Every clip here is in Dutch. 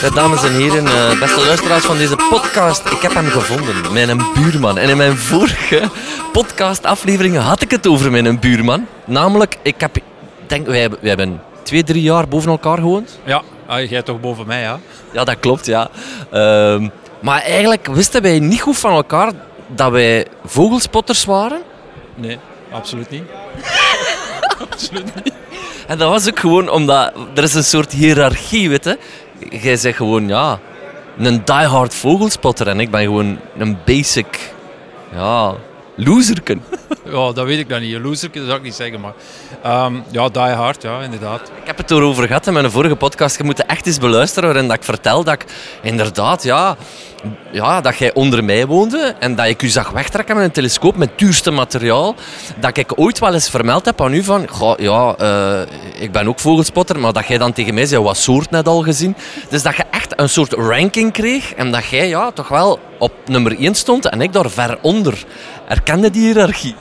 Ja, dames en heren, beste luisteraars van deze podcast. Ik heb hem gevonden, mijn buurman. En in mijn vorige podcastafleveringen had ik het over mijn buurman. Namelijk, wij hebben 2-3 jaar boven elkaar gewoond. Ja, jij toch boven mij, ja? Ja, dat klopt, ja. Maar eigenlijk wisten wij niet goed van elkaar dat wij vogelspotters waren. Nee, absoluut niet. Absoluut niet. En dat was ook gewoon omdat er is een soort hiërarchie, weet je. Jij zegt gewoon, ja, een diehard vogelspotter en ik ben gewoon een basic, ja, loserken. Ja, dat weet ik dan niet. Een loser, dat zou ik niet zeggen, maar... ja, die hard, ja, inderdaad. Ik heb het erover gehad in mijn vorige podcast. Je moet het echt eens beluisteren waarin dat ik vertel dat ik inderdaad, dat jij onder mij woonde en dat ik u zag wegtrekken met een telescoop met duurste materiaal. Dat ik ooit wel eens vermeld heb aan u van, ik ben ook vogelspotter, maar dat jij dan tegen mij zei, wat soort net al gezien. Dus dat je echt een soort ranking kreeg en dat jij toch wel op nummer 1 stond en ik daar ver onder. Herkende die hiërarchie?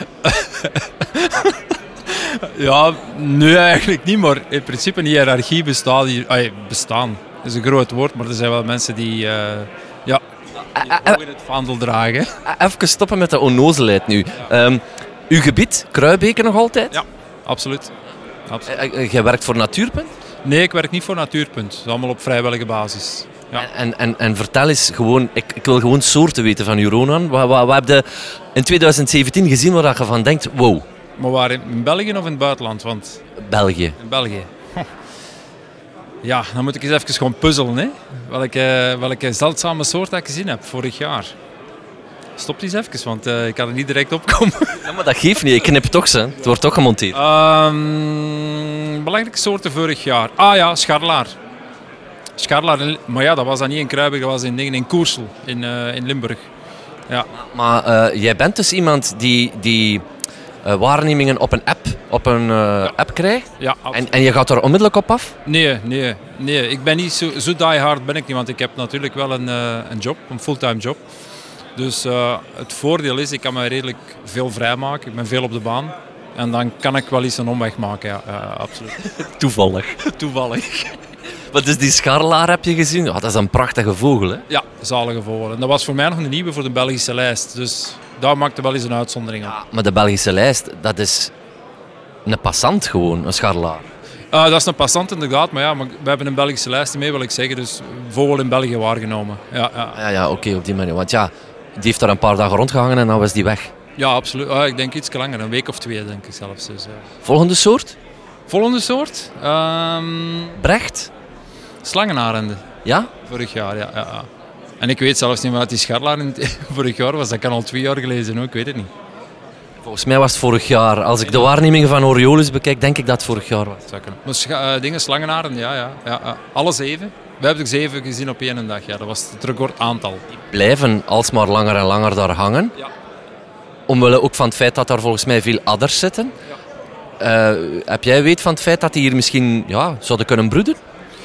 Ja, nu eigenlijk niet, maar in principe een hiërarchie bestaat hier. Bestaan is een groot woord, maar er zijn wel mensen die in het vaandel dragen. Even stoppen met de onnozelheid nu. Uw gebied, Kruibeke nog altijd? Ja, absoluut. Jij werkt voor Natuurpunt? Nee, ik werk niet voor Natuurpunt. Dat is allemaal op vrijwillige basis. Ja. En vertel eens gewoon, ik wil gewoon soorten weten van u, Ronan. Wat heb je in 2017 gezien waar je van denkt, wow? Maar waar, in België of in het buitenland? Want... België. In België. Ja, dan moet ik eens even gewoon puzzelen. Hè? Welke zeldzame soort dat ik gezien heb vorig jaar. Stop eens even, want ik kan er niet direct opkomen. Ja, maar dat geeft niet, ik knip toch, hè. Het wordt toch gemonteerd. Belangrijke soorten vorig jaar. Ah ja, scharlaar. Scharlaar, maar ja, dat was dan niet in Kruibeke, dat was in Koersel, in Limburg. Ja. Maar jij bent dus iemand die waarnemingen op een app krijgt? Ja, en je gaat er onmiddellijk op af? Nee. Ik ben niet zo diehard ben ik niet, want ik heb natuurlijk wel een job, een fulltime job. Dus het voordeel is, ik kan me redelijk veel vrijmaken. Ik ben veel op de baan. En dan kan ik wel eens een omweg maken, ja, absoluut. Toevallig. Wat is die scharlaar, heb je gezien? Ja, dat is een prachtige vogel, hè? Ja, zalige vogel. En dat was voor mij nog een nieuwe voor de Belgische lijst. Dus daar maakte wel eens een uitzondering op. Ja, maar de Belgische lijst, dat is een passant gewoon, een scharlaar. Dat is een passant inderdaad, maar we hebben een Belgische lijst mee, wil ik zeggen. Dus vogel in België waargenomen. Ja, oké, op die manier. Want ja, die heeft daar een paar dagen rondgehangen en dan was die weg. Ja, absoluut. Ik denk iets langer, een week of 2 denk ik zelfs. Dus, Volgende soort? Volgende soort? Brecht? Slangenarenden. Ja? Vorig jaar, ja. En ik weet zelfs niet wat die scharlaar vorig jaar was. Dat kan al 2 jaar geleden zijn, ik weet het niet. Volgens mij was het vorig jaar. Als ik de waarnemingen van Oriolis bekijk, denk ik dat het vorig jaar was. Maar slangenarenden, ja. Alle 7. We hebben er 7 gezien op 1 dag. Ja, dat was het record aantal. Die blijven alsmaar langer en langer daar hangen. Ja. Omwille ook van het feit dat daar volgens mij veel adders zitten. Heb jij weet van het feit dat die hier misschien zouden kunnen broeden?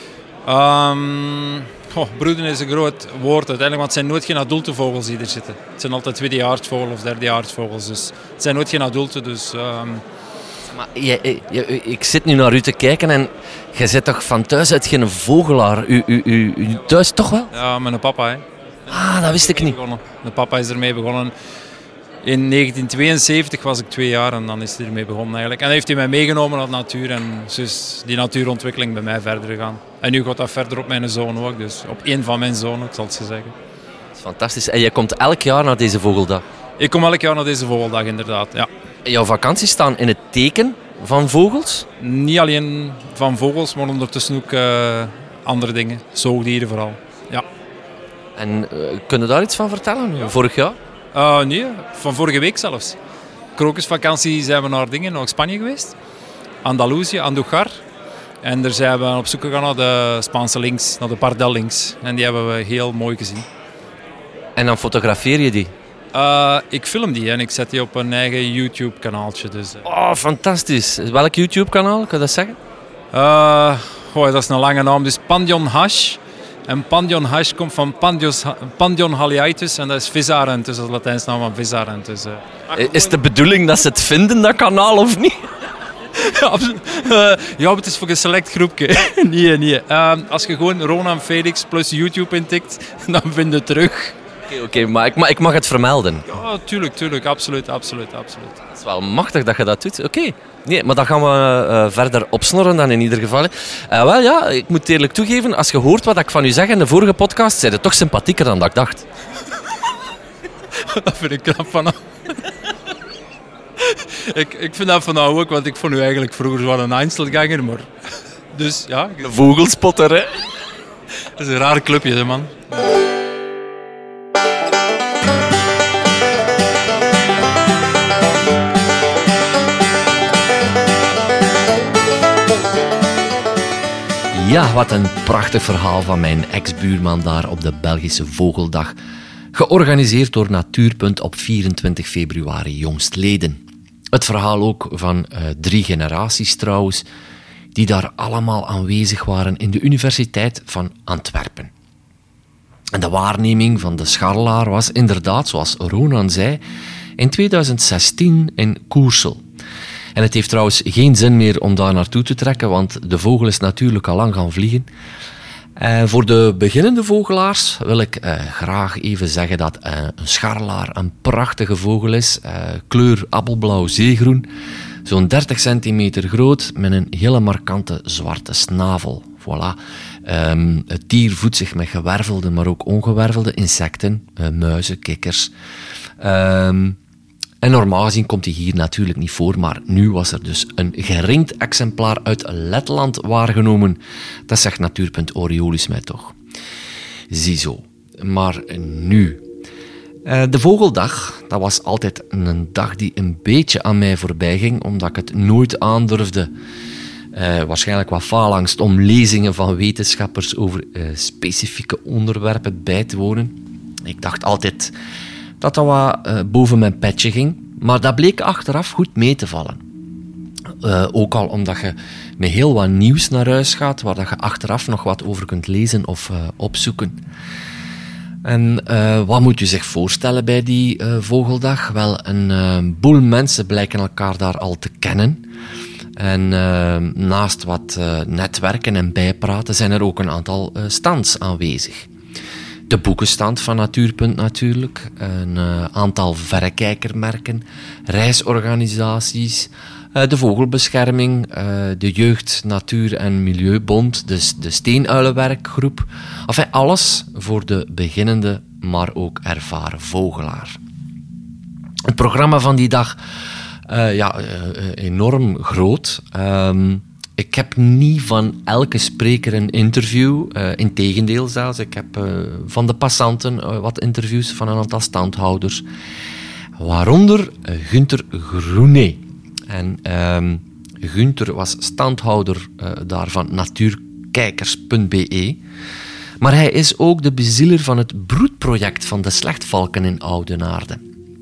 Broeden is een groot woord uiteindelijk, want het zijn nooit geen adulte vogels die er zitten. Het zijn altijd tweedejaarsvogels of derdejaarsvogels, dus het zijn nooit geen adulte. Dus, Maar ik zit nu naar u te kijken en jij zit toch van thuis uit geen vogelaar? U thuis toch wel? Ja, mijn papa. Hè. Ah, dat wist ik niet. Mijn papa is ermee begonnen. In 1972 was ik 2 jaar en dan is hij ermee begonnen eigenlijk. En dan heeft hij mij meegenomen naar de natuur en dus die natuurontwikkeling bij mij verder gegaan. En nu gaat dat verder op mijn zoon ook, dus op 1 van mijn zonen, ik zal het zo zeggen. Dat is fantastisch. En jij komt elk jaar naar deze vogeldag? Ik kom elk jaar naar deze vogeldag, inderdaad, ja. En jouw vakanties staan in het teken van vogels? Niet alleen van vogels, maar ondertussen ook andere dingen. Zoogdieren vooral, ja. En kun je daar iets van vertellen? Ja. Vorig jaar? Nee, van vorige week zelfs. Krokusvakantie zijn we naar Spanje geweest. Andalusië, Andújar. En daar zijn we op zoek gegaan naar de Spaanse links, naar de pardellinks. En die hebben we heel mooi gezien. En dan fotografeer je die? Ik film die en ik zet die op een eigen YouTube-kanaaltje. Dus, Oh, fantastisch. Welk YouTube-kanaal, kan je dat zeggen? Dat is een lange naam. Dus Pandion Hash. En Pandion Hash komt van Pandion haliaetus en dat is visarend, dus dat is de Latijnse naam van visarend. Dus, is het de bedoeling dat ze het vinden, dat kanaal, of niet? Ja, het is voor een select groepje. Nee. Als je gewoon Ronan Felix plus YouTube intikt, dan vind je het terug. Oké, maar ik mag het vermelden. Ja, tuurlijk. Absoluut. Dat is wel machtig dat je dat doet. Oké. Nee, maar dat gaan we verder opsnorren dan in ieder geval. Wel ja, ik moet eerlijk toegeven, als je hoort wat ik van u zeg in de vorige podcast, zijn het toch sympathieker dan dat ik dacht. Dat vind ik knap van. Ik vind dat van nou ook, want ik vond u eigenlijk vroeger wel een Einzelganger, maar... Dus ja... De vogelspotter, hè? Dat is een raar clubje, hè, man. Ja, wat een prachtig verhaal van mijn ex-buurman daar op de Belgische Vogeldag. Georganiseerd door Natuurpunt op 24 februari jongstleden. Het verhaal ook van 3 generaties trouwens, die daar allemaal aanwezig waren in de Universiteit van Antwerpen. En de waarneming van de scharrelaar was inderdaad, zoals Ronan zei, in 2016 in Coersel. En het heeft trouwens geen zin meer om daar naartoe te trekken, want de vogel is natuurlijk al lang gaan vliegen. Voor de beginnende vogelaars wil ik graag even zeggen dat een scharrelaar een prachtige vogel is. Kleur appelblauw zeegroen, zo'n 30 centimeter groot met een hele markante zwarte snavel. Voilà. Het dier voedt zich met gewervelde, maar ook ongewervelde insecten, muizen, kikkers. En normaal gezien komt hij hier natuurlijk niet voor, maar nu was er dus een geringd exemplaar uit Letland waargenomen. Dat zegt Natuurpunt Oriolis mij toch. Ziezo. Maar nu. De Vogeldag, dat was altijd een dag die een beetje aan mij voorbij ging, omdat ik het nooit aandurfde. Waarschijnlijk wat faalangst om lezingen van wetenschappers over specifieke onderwerpen bij te wonen. Ik dacht altijd dat wat boven mijn petje ging. Maar dat bleek achteraf goed mee te vallen. Ook al omdat je met heel wat nieuws naar huis gaat, waar dat je achteraf nog wat over kunt lezen of opzoeken. En wat moet je zich voorstellen bij die Vogeldag? Wel, een boel mensen blijken elkaar daar al te kennen. En naast wat netwerken en bijpraten zijn er ook een aantal stands aanwezig. De boekenstand van Natuurpunt natuurlijk, een aantal verrekijkermerken, reisorganisaties, de Vogelbescherming, de Jeugd, Natuur en Milieubond, de Steenuilenwerkgroep. Enfin, alles voor de beginnende, maar ook ervaren vogelaar. Het programma van die dag, enorm groot. Ik heb niet van elke spreker een interview. Integendeel zelfs. Ik heb van de passanten wat interviews van een aantal standhouders. Waaronder Gunther Groenet. En Gunther was standhouder daar van natuurkijkers.be. Maar hij is ook de bezieler van het broedproject van de slechtvalken in Oudenaarde.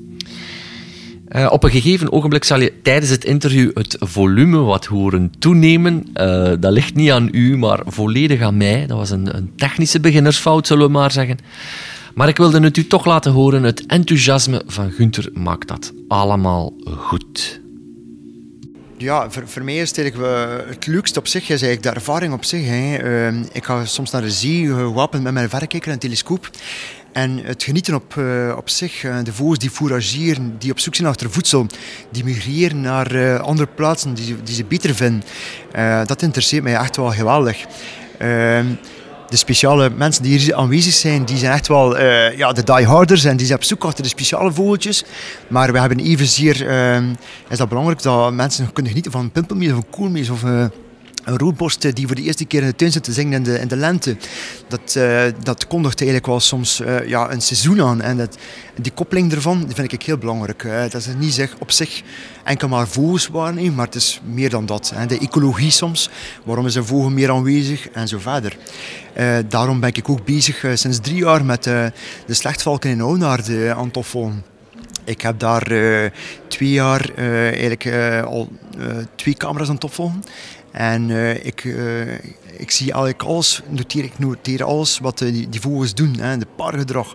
Op een gegeven ogenblik zal je tijdens het interview het volume wat horen toenemen. Dat ligt niet aan u, maar volledig aan mij. Dat was een technische beginnersfout, zullen we maar zeggen. Maar ik wilde het u toch laten horen. Het enthousiasme van Gunther maakt dat allemaal goed. Ja, voor mij is het eigenlijk het leukste op zich, is eigenlijk de ervaring op zich. Hè. Ik ga soms naar de zee gewapend met mijn verrekijker en telescoop. En het genieten op zich, de vogels die fourageren, die op zoek zijn achter voedsel, die migreren naar andere plaatsen die ze beter vinden. Dat interesseert mij echt wel geweldig. De speciale mensen die hier aanwezig zijn, die zijn echt wel de dieharders en die zijn op zoek achter de speciale vogeltjes. Maar we hebben evenzeer, is dat belangrijk dat mensen kunnen genieten van een pimpelmees of een koolmees of een roodborst die voor de eerste keer in de tuin zit te zingen in de lente. Dat kondigt eigenlijk wel soms een seizoen aan. En die koppeling ervan die vind ik heel belangrijk. Dat is niet op zich enkel maar vogels waarnemen, maar het is meer dan dat. De ecologie soms. Waarom is een vogel meer aanwezig? En zo verder. Daarom ben ik ook bezig sinds 3 jaar met de slechtvalken in Oudenaarde aan het opvolgen. Ik heb daar 2 jaar al 2 camera's aan het opvolgen. En ik zie eigenlijk alles, ik noteer alles wat die vogels doen. Hè, de paargedrag,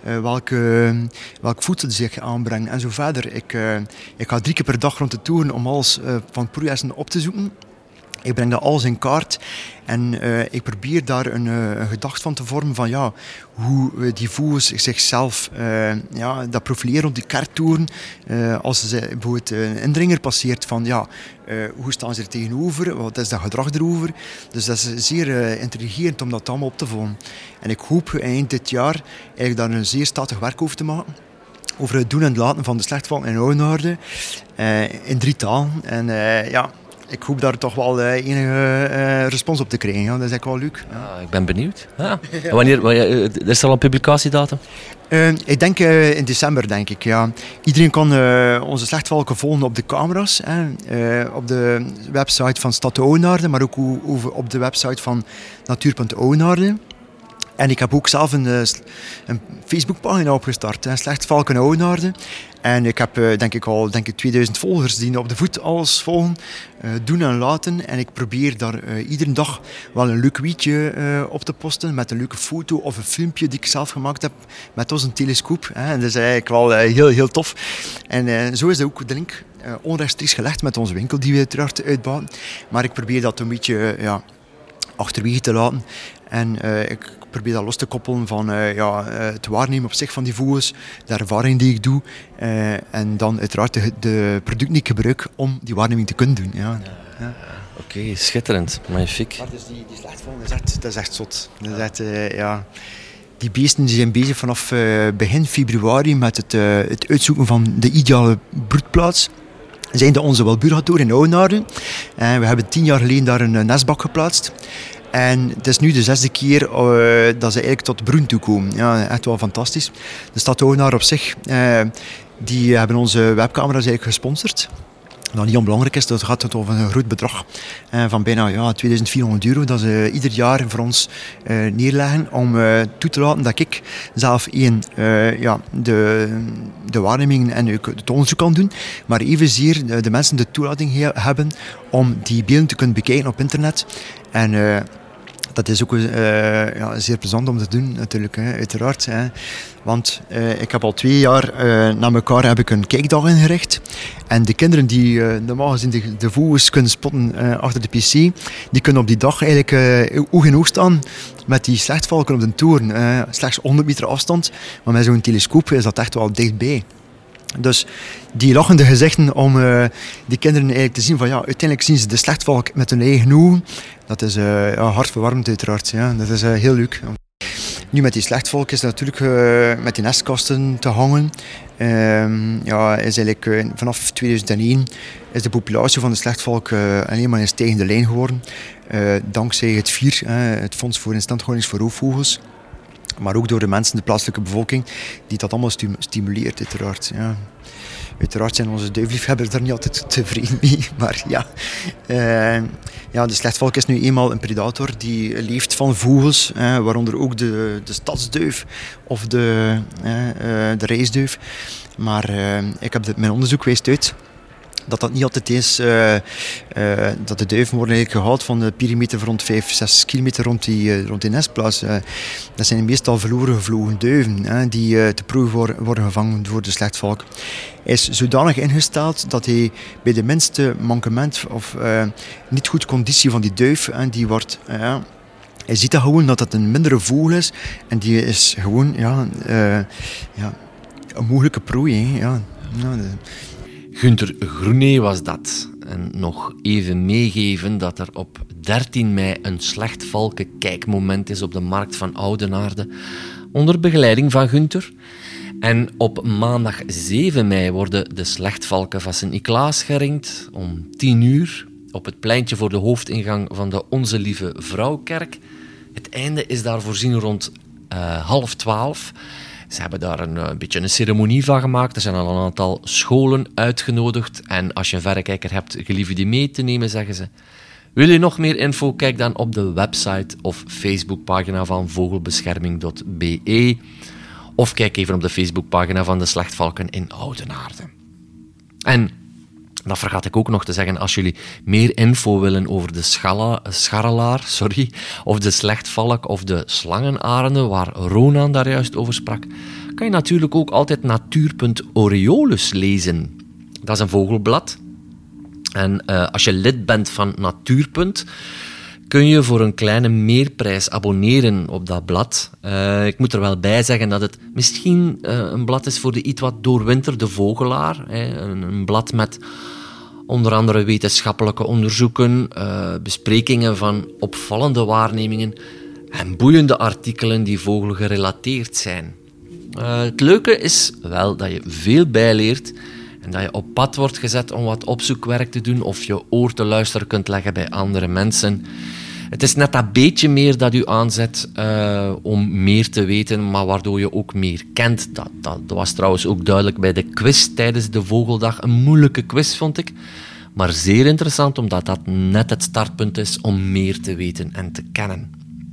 welk voedsel ze zich aanbrengen en zo verder. Ik ga 3 keer per dag rond de toeren om alles van proessen op te zoeken. Ik breng dat alles in kaart en ik probeer daar een gedachte van te vormen van hoe die vogels zichzelf dat profileren op die karttoeren. Als ze bijvoorbeeld een indringer passeert van hoe staan ze er tegenover, wat is dat gedrag erover. Dus dat is zeer intrigerend om dat allemaal op te volgen. En ik hoop eind dit jaar eigenlijk daar een zeer statig werk over te maken. Over het doen en het laten van de slechtvalken in Oudenaarde in 3 talen. En ik hoop daar toch wel enige respons op te krijgen. Ja. Dat is eigenlijk wel leuk. Ja, ik ben benieuwd. Ja. Wanneer is er al een publicatiedatum? Ik denk in december, denk ik. Ja. Iedereen kan onze slechtvalken volgen op de camera's. Op de website van Stad Oudenaarde, maar ook op de website van Natuur.Oudenaarde. En ik heb ook zelf een Facebookpagina opgestart, Slechtvalken Oudenaarde. En ik heb denk ik 2000 volgers die op de voet alles volgen, doen en laten. En ik probeer daar iedere dag wel een leuk weetje op te posten met een leuke foto of een filmpje die ik zelf gemaakt heb met onze telescoop. En dat is eigenlijk wel heel, heel tof. En zo is ook de link onrechtstreeks gelegd met onze winkel die we uiteraard uitbouwen. Maar ik probeer dat een beetje achterwege te laten. En ik probeer dat los te koppelen van het waarnemen op zich van die vogels, de ervaring die ik doe en dan uiteraard de producten die ik gebruik om die waarneming te kunnen doen. Ja. Oké, schitterend, magnifiek. Maar dus die slechtvalken, dat is echt zot. Dat is echt, die beesten die zijn bezig vanaf begin februari met het uitzoeken van de ideale broedplaats. Zijn onze Welburgatoren in Oudenaarde. We hebben 10 jaar geleden daar een nestbak geplaatst. En het is nu de 6e keer dat ze eigenlijk tot broeden toe komen. Ja, echt wel fantastisch. De stad Oudenaarde op zich, die hebben onze webcamera's eigenlijk gesponsord. Wat niet onbelangrijk is, dat gaat het over een groot bedrag van bijna €2400 dat ze ieder jaar voor ons neerleggen om toe te laten dat ik zelf de waarnemingen en het onderzoek kan doen, maar evenzeer de mensen de toelating hebben om die beelden te kunnen bekijken op internet. En dat is ook zeer plezant om te doen, natuurlijk, uiteraard. Want ik heb al 2 jaar na elkaar heb ik een kijkdag ingericht. En de kinderen die normaal gezien de vogels kunnen spotten achter de pc, die kunnen op die dag eigenlijk oog in oog staan met die slechtvalken op de toren. Slechts 100 meter afstand, maar met zo'n telescoop is dat echt wel dichtbij. Dus die lachende gezichten om die kinderen eigenlijk te zien van uiteindelijk zien ze de slechtvalk met hun eigen ogen. Dat is hartverwarmend uiteraard. Ja. Dat is heel leuk. Nu met die slechtvalk is het natuurlijk met die nestkasten te hangen. Is eigenlijk vanaf 2001 is de populatie van de slechtvalk alleen maar in stijgende lijn geworden. Dankzij het FIR, het Fonds voor Instandhouding voor Roofvogels. Maar ook door de mensen, de plaatselijke bevolking, die dat allemaal stimuleert, uiteraard. Ja. Uiteraard zijn onze duifliefhebbers daar niet altijd tevreden mee. Maar de slechtvalk is nu eenmaal een predator die leeft van vogels, waaronder ook de stadsduif of de reisduif. Maar ik heb mijn onderzoek wijst uit dat niet altijd is, dat de duiven worden eigenlijk gehaald van de perimeter van rond 5-6 kilometer rond die nestplaats. Dat zijn meestal verloren gevlogen duiven die te prooi worden gevangen door de slechtvalk. Hij is zodanig ingesteld dat hij bij de minste mankement of niet goed conditie van die duif, die wordt... Hij ziet dat gewoon dat het een mindere vogel is en die is gewoon een mogelijke prooi. Gunther Groenee was dat. En nog even meegeven dat er op 13 mei een slechtvalken kijkmoment is op de markt van Oudenaarde, onder begeleiding van Gunther. En op maandag 7 mei worden de slechtvalken van Sint-Niklaas geringd om 10 uur op het pleintje voor de hoofdingang van de Onze Lieve Vrouwkerk. Het einde is daar voorzien rond 11:30. Ze hebben daar een beetje een ceremonie van gemaakt. Er zijn al een aantal scholen uitgenodigd. En als je een verrekijker hebt, gelieve die mee te nemen, zeggen ze. Wil je nog meer info? Kijk dan op de website of Facebookpagina van vogelbescherming.be. Of kijk even op de Facebookpagina van de Slechtvalken in Oudenaarde. En Dat vergat ik ook nog te zeggen. Als jullie meer info willen over de scharrelaar, of de slechtvalk of de slangenarenden, waar Ronan daar juist over sprak, kan je natuurlijk ook altijd Natuur.Aureolus lezen. Dat is een vogelblad. En als je lid bent van Natuur. Kun je voor een kleine meerprijs abonneren op dat blad. Ik moet er wel bij zeggen dat het misschien een blad is voor de iets wat doorwinterde vogelaar. Een blad met onder andere wetenschappelijke onderzoeken, besprekingen van opvallende waarnemingen en boeiende artikelen die vogelgerelateerd zijn. Het leuke is wel dat je veel bijleert en dat je op pad wordt gezet om wat opzoekwerk te doen of je oor te luisteren kunt leggen bij andere mensen. Het is net dat beetje meer dat u aanzet om meer te weten, maar waardoor je ook meer kent. Dat was trouwens ook duidelijk bij de quiz tijdens de Vogeldag. Een moeilijke quiz, vond ik. Maar zeer interessant, omdat dat net het startpunt is om meer te weten en te kennen.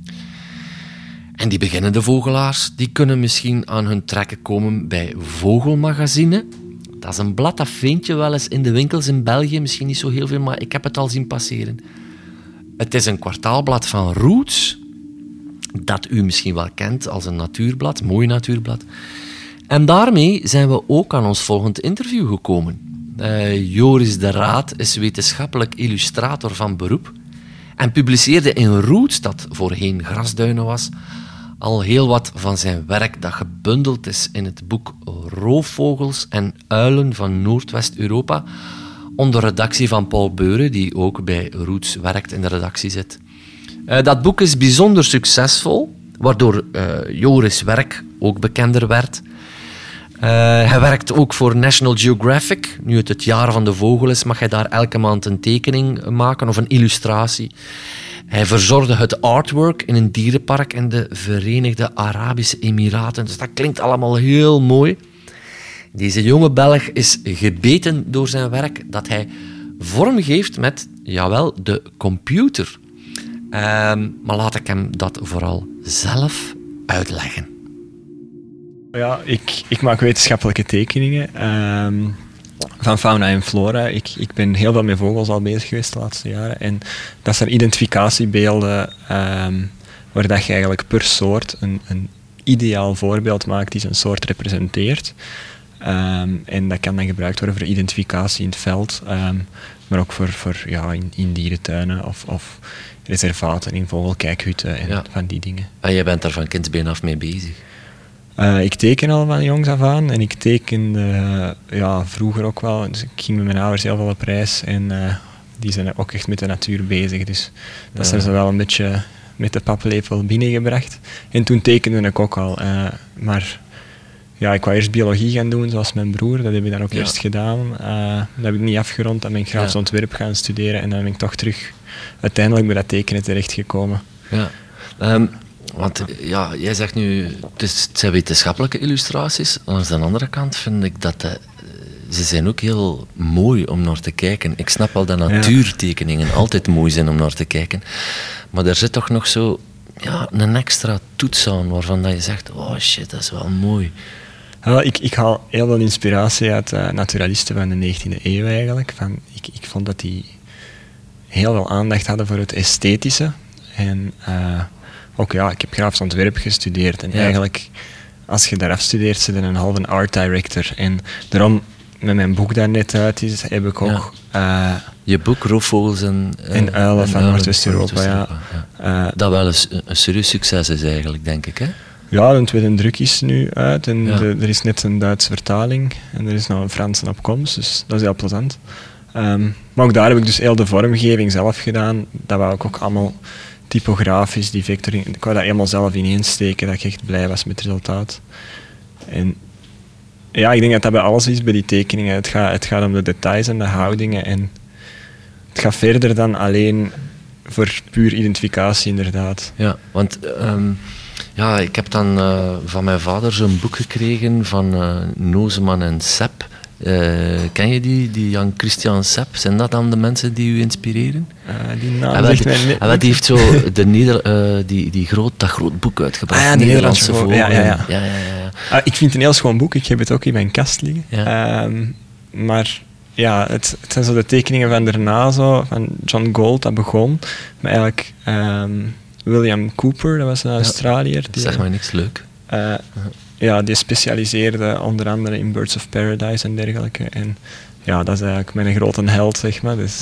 En die beginnende vogelaars, die kunnen misschien aan hun trekken komen bij Vogelmagazine. Dat is een blad, dat vind je wel eens in de winkels in België. Misschien niet zo heel veel, maar ik heb het al zien passeren. Het is een kwartaalblad van Roots, dat u misschien wel kent als een natuurblad, mooi natuurblad. En daarmee zijn we ook aan ons volgend interview gekomen. Joris de Raad is wetenschappelijk illustrator van beroep en publiceerde in Roots, dat voorheen Grasduinen was, al heel wat van zijn werk dat gebundeld is in het boek Roofvogels en Uilen van Noordwest-Europa, onder redactie van Paul Beuren, die ook bij Roots werkt, in de redactie zit. Dat boek is bijzonder succesvol, waardoor Joris' werk ook bekender werd. Hij werkt ook voor National Geographic. Nu het jaar van de vogel is, mag hij daar elke maand een tekening maken of een illustratie. Hij verzorgde het artwork in een dierenpark in de Verenigde Arabische Emiraten. Dus dat klinkt allemaal heel mooi. Deze jonge Belg is gebeten door zijn werk dat hij vormgeeft met, jawel, de computer. Maar laat ik hem dat vooral zelf uitleggen. Ja, ik maak wetenschappelijke tekeningen van fauna en flora. Ik ben heel veel met vogels al bezig geweest de laatste jaren. En dat zijn identificatiebeelden waar dat je eigenlijk per soort een ideaal voorbeeld maakt die zijn soort representeert. En dat kan dan gebruikt worden voor identificatie in het veld, maar ook voor in dierentuinen of reservaten, in vogelkijkhutten en van die dingen. En jij bent daar van kindsbeen af mee bezig? Ik teken al van jongs af aan en ik tekende vroeger ook wel. Dus ik ging met mijn ouders heel veel op reis en die zijn ook echt met de natuur bezig. Dus dat zijn ze wel een beetje met de paplepel binnengebracht. En toen tekende ik ook al, maar... Ja, ik wou eerst biologie gaan doen, zoals mijn broer. Dat heb ik dan ook eerst gedaan. Dat heb ik niet afgerond. Dan ben ik grafisch ontwerp gaan studeren. En dan ben ik toch terug uiteindelijk bij dat tekenen terechtgekomen. Ja. Want jij zegt nu, het zijn wetenschappelijke illustraties. Aan de andere kant vind ik dat ze zijn ook heel mooi om naar te kijken. Ik snap wel dat natuurtekeningen altijd mooi zijn om naar te kijken. Maar er zit toch nog zo een extra toets aan waarvan dat je zegt, oh shit, dat is wel mooi. Ik haal heel veel inspiratie uit naturalisten van de 19e eeuw eigenlijk. Ik vond dat die heel veel aandacht hadden voor het esthetische. En ik heb grafisch ontwerp gestudeerd. En eigenlijk, als je daar afstudeert, zit je een halve art director. En daarom, met mijn boek daar net uit is, heb ik ook... Je boek Roofvogels en Uilen van Noordwest-Europa, dat wel een serieus succes is eigenlijk, denk ik, hè? Ja, een tweede druk is nu uit en er is net een Duitse vertaling en er is nog een Franse op komst, dus dat is heel plezant. Maar ook daar heb ik dus heel de vormgeving zelf gedaan. Dat wou ik ook allemaal typografisch, die vectoring. Ik wou dat helemaal zelf ineensteken, dat ik echt blij was met het resultaat. En ja, ik denk dat dat bij alles is, bij die tekeningen. Het gaat om de details en de houdingen en het gaat verder dan alleen voor puur identificatie, inderdaad. Ja, want ik heb dan van mijn vader zo'n boek gekregen van Nozeman en Sepp. Ken je die Jan Christian Sepp? Zijn dat dan de mensen die u inspireren? Die naam zegt mij niet. Die heeft zo dat groot boek uitgebracht. De Nederlandse vogel. Ja. Ik vind het een heel schoon boek. Ik heb het ook in mijn kast liggen. Ja. Maar ja, het zijn zo de tekeningen van daarna, zo, van John Gould, dat begon. Maar eigenlijk William Cooper, dat was een Australiër. Zeg maar niks leuk. Ja, die specialiseerde onder andere in Birds of Paradise en dergelijke. En ja, dat is eigenlijk mijn grote held, zeg maar. Dus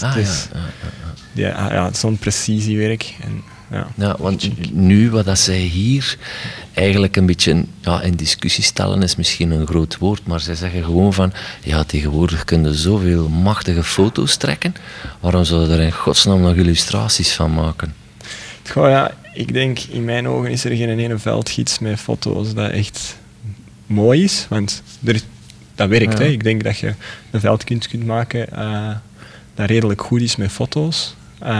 zo'n precisiewerk. En, ja, want nu, wat dat zij hier eigenlijk een beetje in discussie stellen, is misschien een groot woord, maar zij zeggen gewoon van, ja, tegenwoordig kun je zoveel machtige foto's trekken, waarom zouden we er in godsnaam nog illustraties van maken? Goh, ja, ik denk, in mijn ogen is er geen ene veldgids met foto's dat echt mooi is, want dat werkt. Hè. Ik denk dat je een veldkunst kunt maken dat redelijk goed is met foto's.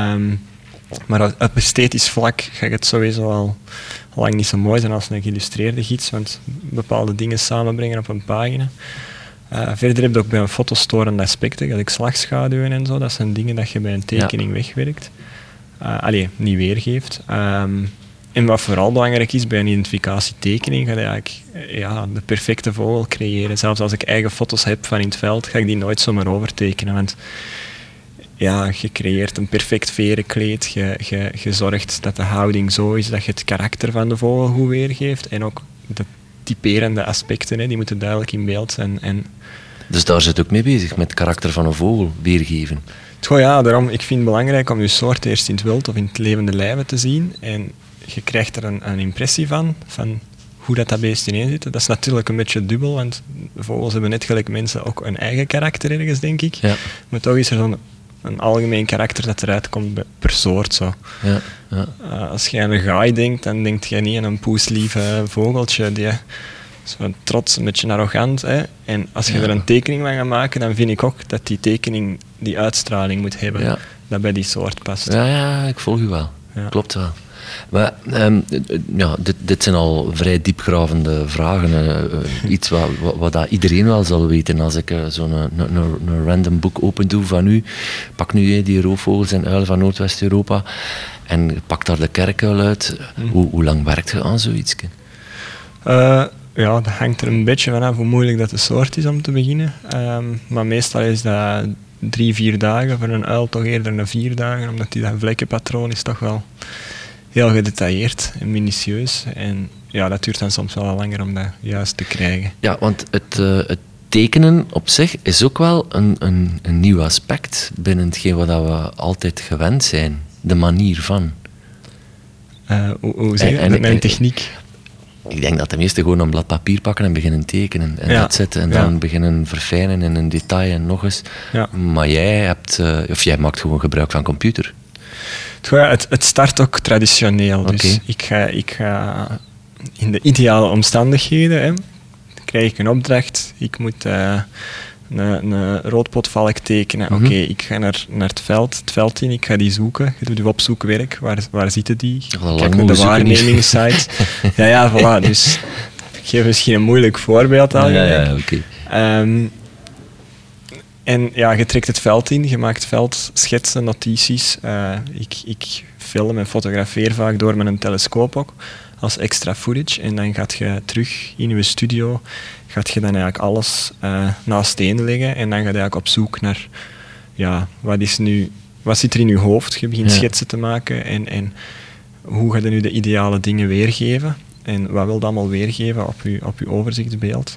Maar op esthetisch vlak gaat het sowieso al lang niet zo mooi zijn als een geïllustreerde gids, want bepaalde dingen samenbrengen op een pagina. Verder heb je ook bij een foto storende aspecten, gelijk slagschaduwen en zo. Dat zijn dingen dat je bij een tekening wegwerkt. Niet weergeeft. En wat vooral belangrijk is bij een identificatietekening, ga je eigenlijk de perfecte vogel creëren. Zelfs als ik eigen foto's heb van in het veld, ga ik die nooit zomaar overtekenen. Want je creëert een perfect verenkleed, je zorgt dat de houding zo is dat je het karakter van de vogel goed weergeeft. En ook de typerende aspecten, die moeten duidelijk in beeld zijn. Dus daar zit ook mee bezig, met het karakter van een vogel weergeven? Daarom, ik vind het belangrijk om je soort eerst in het wild of in het levende lijven te zien. En je krijgt er een impressie van hoe dat beest ineen zit. Dat is natuurlijk een beetje dubbel, want vogels hebben net gelijk mensen ook een eigen karakter ergens, denk ik. Ja. Maar toch is er een algemeen karakter dat eruit komt per soort. Zo. Ja. Als je aan een gaai denkt, dan denk je niet aan een poeslieve vogeltje die zo trots, een beetje arrogant. Hè? En als je er een tekening van gaat maken, dan vind ik ook dat die tekening die uitstraling moet hebben, dat bij die soort past. Ja, ik volg u wel. Ja. Klopt wel. Maar dit zijn al vrij diepgravende vragen. Iets wat dat iedereen wel zal weten. Als ik zo'n random boek open doe van u, pak nu die roofvogels en uilen van Noordwest-Europa en pak daar de kerkuil uit. Hoe lang werkt je aan zoiets? Dat hangt er een beetje vanaf hoe moeilijk dat de soort is om te beginnen. Maar meestal is dat 3-4 dagen, voor een uil toch eerder dan 4 dagen, omdat dat vlekkenpatroon is toch wel heel gedetailleerd en minutieus. En dat duurt dan soms wel langer om dat juist te krijgen. Ja, want het tekenen op zich is ook wel een nieuw aspect binnen hetgeen wat we altijd gewend zijn. De manier van. Hoe zeg je dat? Mijn techniek? Ik denk dat de meesten gewoon een blad papier pakken en beginnen tekenen. En dat zetten en dan beginnen verfijnen in een detail en nog eens. Ja. Maar jij maakt gewoon gebruik van computer. Het start ook traditioneel. Okay. Dus ik ga in de ideale omstandigheden, krijg ik een opdracht. Ik moet een roodpotvalk tekenen. Oké, ik ga naar het veld in, ik ga die zoeken. Je doet je opzoekwerk, waar zitten die? Kijk naar de waarnemingssite. Voilà. Dus ik geef misschien een moeilijk voorbeeld aan. En je trekt het veld in, je maakt veldschetsen, notities. Ik film en fotografeer vaak door met een telescoop ook, als extra footage. En dan gaat je terug in je studio, gaat je dan eigenlijk alles naast één leggen. En dan ga je eigenlijk op zoek naar, wat zit er in je hoofd? Je begint schetsen te maken en hoe ga je nu de ideale dingen weergeven? En wat wil je allemaal weergeven op je overzichtsbeeld?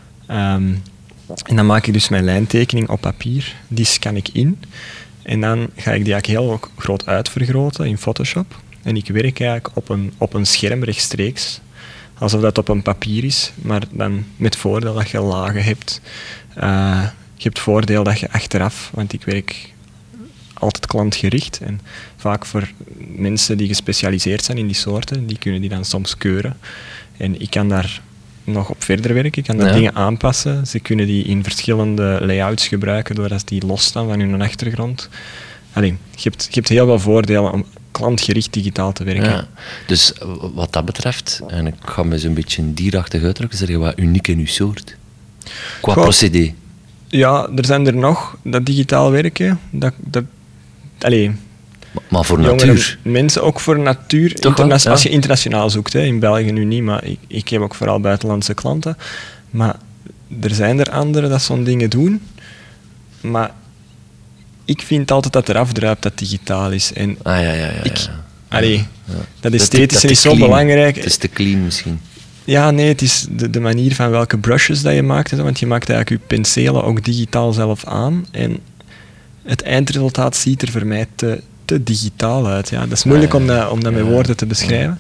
En dan maak ik dus mijn lijntekening op papier, die scan ik in. En dan ga ik die eigenlijk heel groot uitvergroten in Photoshop. En ik werk eigenlijk op een scherm rechtstreeks, alsof dat op een papier is, maar dan met voordeel dat je lagen hebt. Je hebt voordeel dat je achteraf, want ik werk altijd klantgericht. En vaak voor mensen die gespecialiseerd zijn in die soorten, die kunnen die dan soms keuren. En ik kan daar nog op verder werken, ik kan daar dingen aanpassen. Ze kunnen die in verschillende layouts gebruiken, doordat die losstaan van hun achtergrond. Je hebt heel veel voordelen om klantgericht digitaal te werken. Ja, dus wat dat betreft, en ik ga me zo'n beetje dierachtig uitdrukken, zeg je wat uniek in uw soort? Qua procedé. Ja, er zijn er nog dat digitaal werken. Maar voor natuur? Mensen ook voor natuur. Als je internationaal zoekt, in België nu niet, maar ik heb ook vooral buitenlandse klanten. Maar er zijn er anderen dat zo'n dingen doen. Maar ik vind altijd dat er afdruipt dat digitaal is. En dat esthetische is zo belangrijk. Het is te clean misschien. Ja, nee, het is de manier van welke brushes dat je maakt. Want je maakt eigenlijk je penselen ook digitaal zelf aan. En het eindresultaat ziet er voor mij te digitaal uit. Ja. Dat is moeilijk om dat met woorden te beschrijven.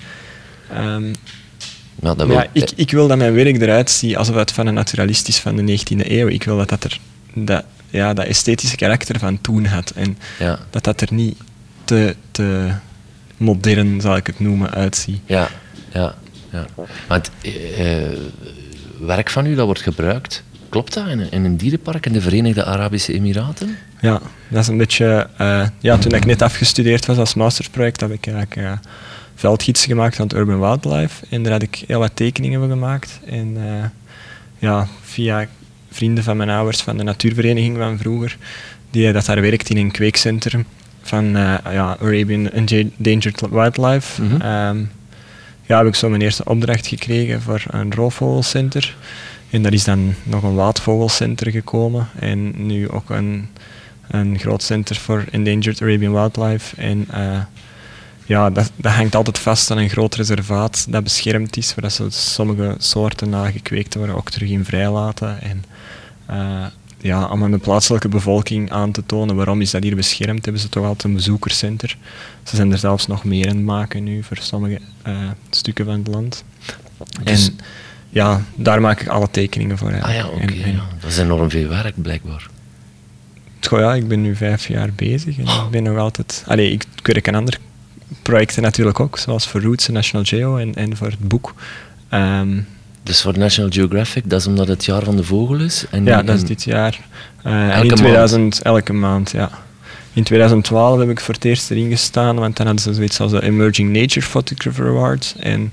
Ik wil dat mijn werk eruit ziet alsof het van een naturalist is van de 19e eeuw. Ik wil dat esthetische karakter van toen had. En dat er niet te modern, zal ik het noemen, uitziet. Ja. Maar het werk van u, dat wordt gebruikt, klopt dat in een dierenpark in de Verenigde Arabische Emiraten? Ja, dat is een beetje... toen ik net afgestudeerd was als mastersproject, heb ik eigenlijk veldgidsen gemaakt aan het Urban Wildlife. En daar had ik heel wat tekeningen van gemaakt. En via vrienden van mijn ouders van de natuurvereniging van vroeger, die dat daar werkt in een kweekcentrum van Arabian Endangered Wildlife. Mm-hmm. Heb ik zo mijn eerste opdracht gekregen voor een roofvogelcenter. En daar is dan nog een waadvogelcenter gekomen. En nu ook een groot center voor Endangered Arabian Wildlife. En dat hangt altijd vast aan een groot reservaat dat beschermd is, waar ze sommige soorten na gekweekt worden ook terug in vrijlaten. En om aan de plaatselijke bevolking aan te tonen waarom is dat hier beschermd, hebben ze toch altijd een bezoekerscenter. Ze zijn er zelfs nog meer aan het maken nu voor sommige stukken van het land. Dus, en daar maak ik alle tekeningen voor. Dat is enorm veel werk, blijkbaar. Ik ben nu 5 jaar bezig en ik ben nog altijd... ik werk aan andere projecten natuurlijk ook, zoals voor Roots en National Geo en voor het boek. Dus voor National Geographic, dat is omdat het jaar van de vogel is? Dat is dit jaar. Elke maand, ja. In 2012 heb ik voor het eerst erin gestaan, want dan hadden ze zoiets als de Emerging Nature Photographer Awards. En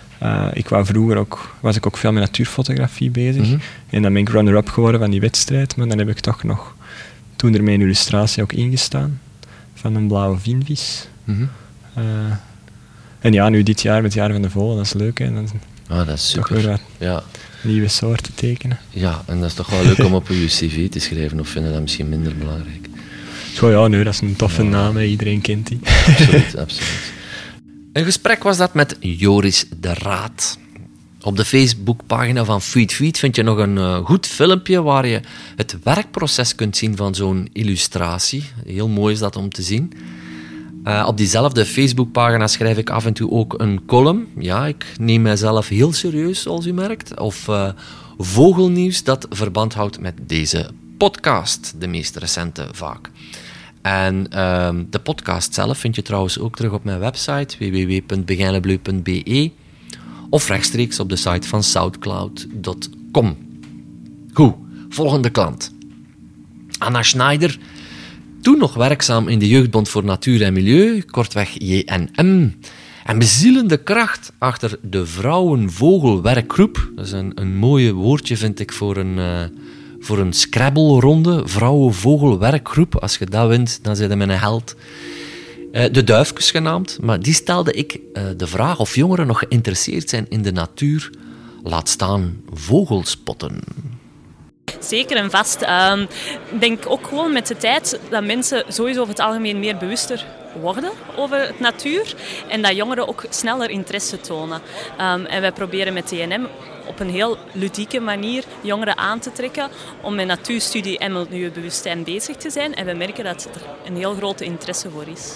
was ik ook veel met natuurfotografie bezig. Mm-hmm. En dan ben ik runner-up geworden van die wedstrijd, maar dan heb ik toch nog toen er mijn illustratie ook ingestaan, van een blauwe vinvis. Mm-hmm. En nu dit jaar met het jaar van de vogel, dat is leuk. Hè? Dat is super. Toch weer wat nieuwe soorten tekenen. Ja, en dat is toch wel leuk om op je cv te schrijven, of vinden dat misschien minder belangrijk? Dat is een toffe naam, hè. Iedereen kent die. Absoluut. Een gesprek was dat met Joris de Raad. Op de Facebookpagina van Feed vind je nog een goed filmpje waar je het werkproces kunt zien van zo'n illustratie. Heel mooi is dat om te zien. Op diezelfde Facebookpagina schrijf ik af en toe ook een column. Ja, ik neem mijzelf heel serieus, zoals u merkt. Of vogelnieuws dat verband houdt met deze podcast, de meest recente vaak. En de podcast zelf vind je trouwens ook terug op mijn website www.begijnlebleu.be of rechtstreeks op de site van soundcloud.com. Goed, volgende klant. Anna Schneider, toen nog werkzaam in de Jeugdbond voor Natuur en Milieu, kortweg JNM, en bezielende kracht achter de Vrouwenvogelwerkgroep. Dat is een mooie woordje, vind ik, voor een Scrabble-ronde. Vrouwenvogelwerkgroep. Als je dat wint, dan zijn je mijn held. De Duifkes genaamd. Maar die stelde ik de vraag of jongeren nog geïnteresseerd zijn in de natuur. Laat staan vogelspotten. Zeker en vast. Ik denk ook gewoon met de tijd dat mensen sowieso over het algemeen meer bewuster worden over het natuur en dat jongeren ook sneller interesse tonen. En wij proberen met TNM op een heel ludieke manier jongeren aan te trekken om met natuurstudie en milieubewustzijn bezig te zijn. En we merken dat er een heel grote interesse voor is.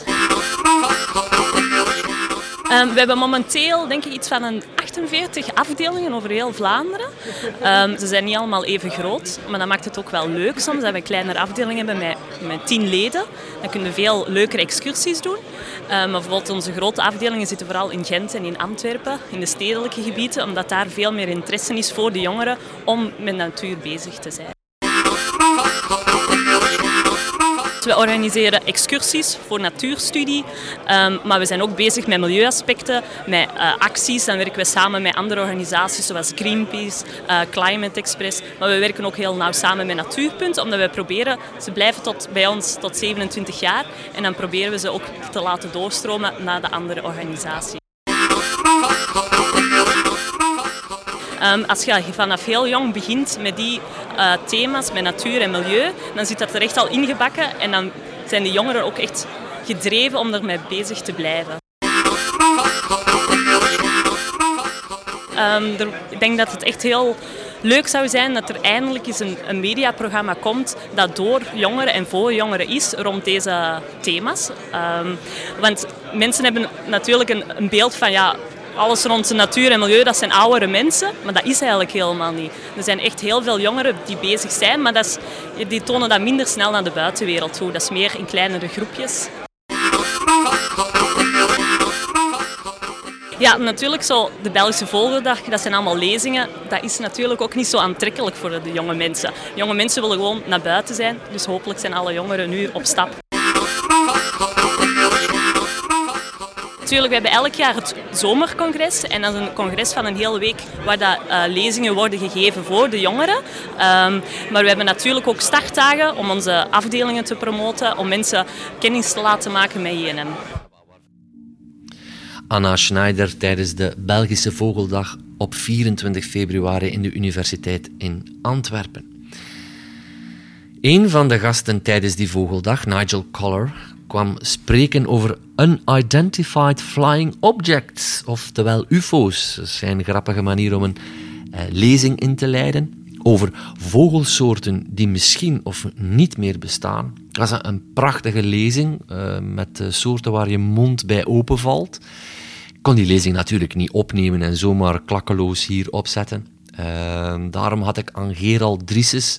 We hebben momenteel denk ik iets van een 48 afdelingen over heel Vlaanderen. Ze zijn niet allemaal even groot, maar dat maakt het ook wel leuk soms dat we kleinere afdelingen hebben met 10 leden. Dan kunnen we veel leukere excursies doen. Maar bijvoorbeeld onze grote afdelingen zitten vooral in Gent en in Antwerpen, in de stedelijke gebieden, omdat daar veel meer interesse is voor de jongeren om met natuur bezig te zijn. We organiseren excursies voor natuurstudie, maar we zijn ook bezig met milieuaspecten, met acties. Dan werken we samen met andere organisaties zoals Greenpeace, Climate Express. Maar we werken ook heel nauw samen met Natuurpunt, omdat we proberen, ze blijven bij ons tot 27 jaar en dan proberen we ze ook te laten doorstromen naar de andere organisaties. Als je vanaf heel jong begint met die thema's, met natuur en milieu, dan zit dat er echt al ingebakken en dan zijn de jongeren ook echt gedreven om ermee bezig te blijven. Ik denk dat het echt heel leuk zou zijn dat er eindelijk eens een mediaprogramma komt dat door jongeren en voor jongeren is rond deze thema's. Want mensen hebben natuurlijk een beeld van alles rond de natuur en milieu, dat zijn oudere mensen, maar dat is eigenlijk helemaal niet. Er zijn echt heel veel jongeren die bezig zijn, maar die tonen dat minder snel naar de buitenwereld toe. Dat is meer in kleinere groepjes. Ja, natuurlijk zo de Belgische Vogeldag, dat zijn allemaal lezingen. Dat is natuurlijk ook niet zo aantrekkelijk voor de jonge mensen. Jonge mensen willen gewoon naar buiten zijn, dus hopelijk zijn alle jongeren nu op stap. Natuurlijk, we hebben elk jaar het zomercongres en dat is een congres van een hele week waar lezingen worden gegeven voor de jongeren. Maar we hebben natuurlijk ook startdagen om onze afdelingen te promoten, om mensen kennis te laten maken met JNM. Anna Schneider tijdens de Belgische Vogeldag op 24 februari in de Universiteit in Antwerpen. Een van de gasten tijdens die Vogeldag, Nigel Collar, kwam spreken over Unidentified Flying Objects, oftewel UFO's. Dat is een grappige manier om een lezing in te leiden over vogelsoorten die misschien of niet meer bestaan. Dat is een prachtige lezing met soorten waar je mond bij openvalt. Ik kon die lezing natuurlijk niet opnemen en zomaar klakkeloos hier opzetten. Daarom had ik aan Gerald Drieses,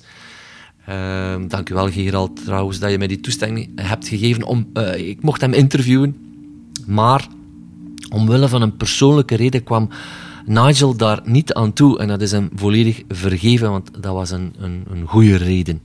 dank u wel Gerald trouwens dat je mij die toestemming hebt gegeven ik mocht hem interviewen, maar omwille van een persoonlijke reden kwam Nigel daar niet aan toe en dat is hem volledig vergeven, want dat was een goede reden.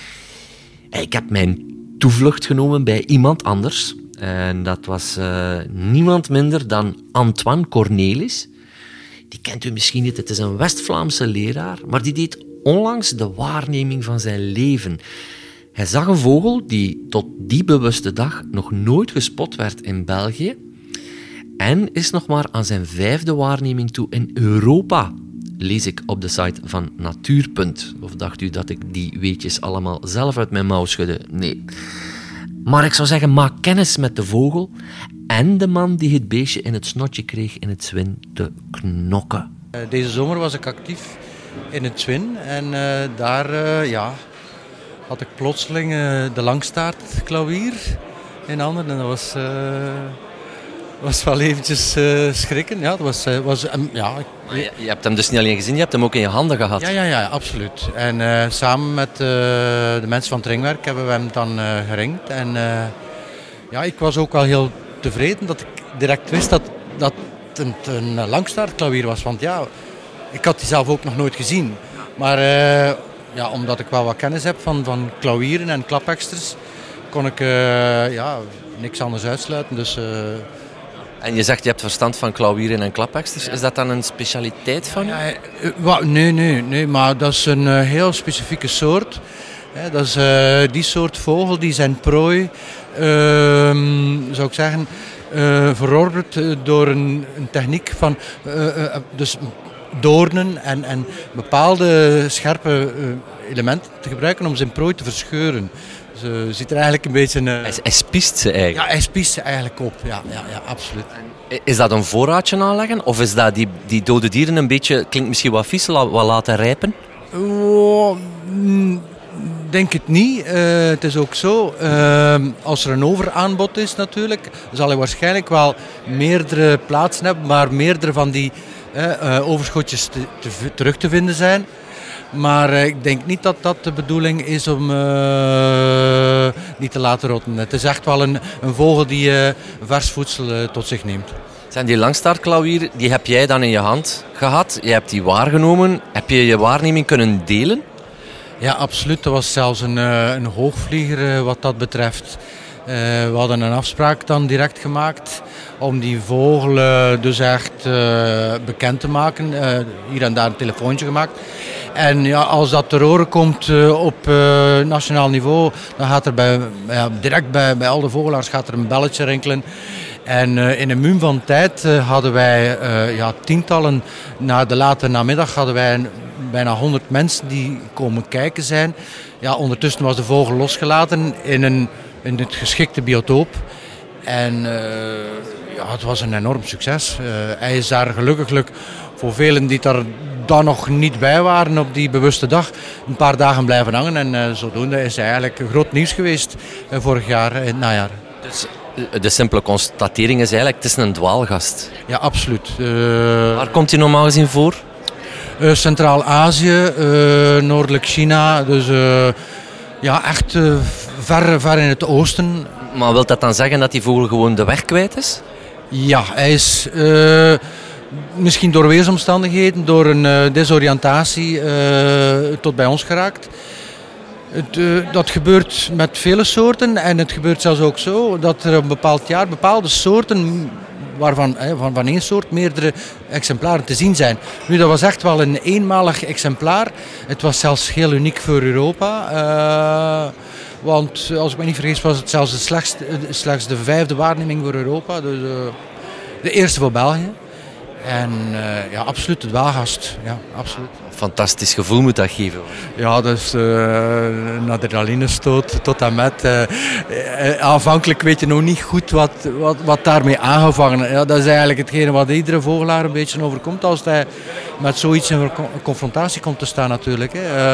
Ik heb mijn toevlucht genomen bij iemand anders en dat was niemand minder dan Antoine Cornelis. Die kent u misschien niet, het is een West-Vlaamse leraar, maar die deed onlangs de waarneming van zijn leven. Hij zag een vogel die tot die bewuste dag nog nooit gespot werd in België en is nog maar aan zijn 5e waarneming toe in Europa, lees ik op de site van Natuurpunt. Of dacht u dat ik die weetjes allemaal zelf uit mijn mouw schudde? Nee. Maar ik zou zeggen, maak kennis met de vogel en de man die het beestje in het snotje kreeg in het Zwin te knokken. Deze zomer was ik actief in het Zwin en daar had ik plotseling de langstaartklauwier in handen en dat was wel eventjes schrikken. Ja, Je hebt hem dus niet alleen gezien, je hebt hem ook in je handen gehad. Ja, absoluut. En samen met de mensen van het ringwerk hebben we hem dan geringd. En ik was ook wel heel tevreden dat ik direct wist dat het een langstaartklauwier was. Want ik had die zelf ook nog nooit gezien. Maar omdat ik wel wat kennis heb van klauwieren en klapeksters, kon ik niks anders uitsluiten. Dus... En je zegt je hebt verstand van klauwieren en klapeksters. Is dat dan een specialiteit van je? Nee, maar dat is een heel specifieke soort. Dat is die soort vogel die zijn prooi, zou ik zeggen, verorberd door een techniek van dus doornen en bepaalde scherpe elementen te gebruiken om zijn prooi te verscheuren. Dus ziet er eigenlijk een beetje... Hij spiest ze eigenlijk? Ja, hij spiest ze eigenlijk op. Ja, absoluut. Is dat een voorraadje aanleggen? Of is dat die dode dieren een beetje, klinkt misschien wat vies, wat laten rijpen? Denk het niet. Het is ook zo, als er een overaanbod is natuurlijk, zal hij waarschijnlijk wel meerdere plaatsen hebben, maar meerdere van die overschotjes terug te vinden zijn. Maar ik denk niet dat dat de bedoeling is om niet te laten rotten. Het is echt wel een vogel die vers voedsel tot zich neemt. Zijn die langstaartklauwier, die heb jij dan in je hand gehad? Je hebt die waargenomen. Heb je je waarneming kunnen delen? Ja, absoluut. Dat was zelfs een hoogvlieger wat dat betreft. We hadden een afspraak dan direct gemaakt om die vogel dus echt bekend te maken. Hier en daar een telefoontje gemaakt. En als dat ter oren komt op nationaal niveau, dan gaat er direct bij al de vogelaars gaat er een belletje rinkelen. En in een mum van tijd hadden wij tientallen, na de late namiddag hadden wij bijna 100 mensen die komen kijken zijn. Ja, ondertussen was de vogel losgelaten in het geschikte biotoop. En het was een enorm succes. Hij is daar gelukkig voor velen die daar dan nog niet bij waren op die bewuste dag, een paar dagen blijven hangen. En zodoende is hij eigenlijk groot nieuws geweest vorig jaar, in het najaar. Dus de simpele constatering is eigenlijk, het is een dwaalgast. Ja, absoluut. Waar komt hij normaal gezien voor? Centraal-Azië, Noordelijk China, dus echt ver in het oosten. Maar wil dat dan zeggen dat die vogel gewoon de weg kwijt is? Ja, hij is misschien door weersomstandigheden, door een desoriëntatie tot bij ons geraakt. Dat gebeurt met vele soorten en het gebeurt zelfs ook zo dat er een bepaald jaar bepaalde soorten van één soort meerdere exemplaren te zien zijn. Nu, dat was echt wel een eenmalig exemplaar. Het was zelfs heel uniek voor Europa. Want als ik me niet vergis was het zelfs slechts de 5e waarneming voor Europa. Dus de eerste voor België. En absoluut de dwaalgast. Ja, absoluut. Fantastisch gevoel moet dat geven. Ja, dus een adrenalinestoot tot en met. Aanvankelijk weet je nog niet goed wat daarmee aangevangen. Ja, dat is eigenlijk hetgene wat iedere vogelaar een beetje overkomt als hij met zoiets in confrontatie komt te staan natuurlijk.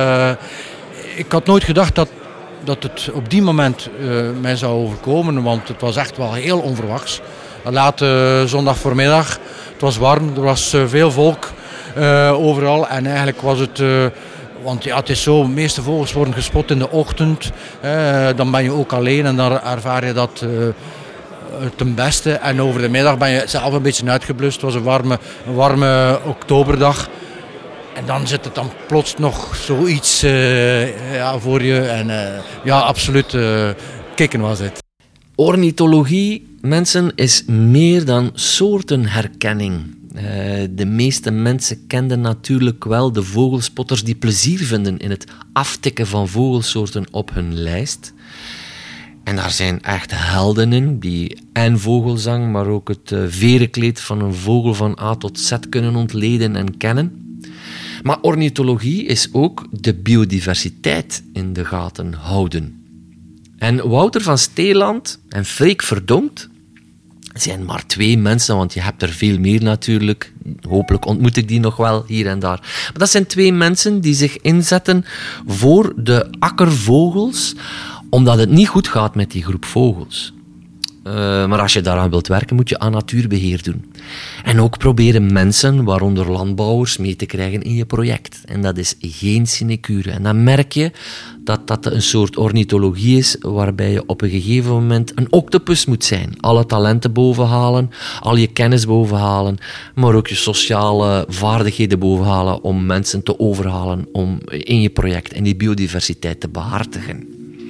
Ik had nooit gedacht dat het op die moment mij zou overkomen, want het was echt wel heel onverwachts. Late zondag voormiddag, het was warm, er was veel volk overal en eigenlijk was het... Want ja, het is zo, de meeste vogels worden gespot in de ochtend, dan ben je ook alleen en dan ervaar je dat ten beste. En over de middag ben je zelf een beetje uitgeblust, het was een warme oktoberdag. En dan zit het dan plots nog zoiets voor je en absoluut kicken was het. Ornithologie, mensen, is meer dan soortenherkenning. De meeste mensen kenden natuurlijk wel de vogelspotters die plezier vinden in het aftikken van vogelsoorten op hun lijst. En daar zijn echt helden in, die en vogelzang, maar ook het verenkleed van een vogel van A tot Z kunnen ontleden en kennen. Maar ornithologie is ook de biodiversiteit in de gaten houden. En Wouter van Steeland en Freek Verdonkt zijn maar 2 mensen, want je hebt er veel meer natuurlijk. Hopelijk ontmoet ik die nog wel hier en daar. Maar dat zijn 2 mensen die zich inzetten voor de akkervogels, omdat het niet goed gaat met die groep vogels. Maar als je daaraan wilt werken, moet je aan natuurbeheer doen. En ook proberen mensen, waaronder landbouwers, mee te krijgen in je project. En dat is geen sinecure. En dan merk je dat dat een soort ornithologie is, waarbij je op een gegeven moment een octopus moet zijn. Alle talenten bovenhalen, al je kennis bovenhalen, maar ook je sociale vaardigheden bovenhalen om mensen te overhalen om in je project en die biodiversiteit te behartigen.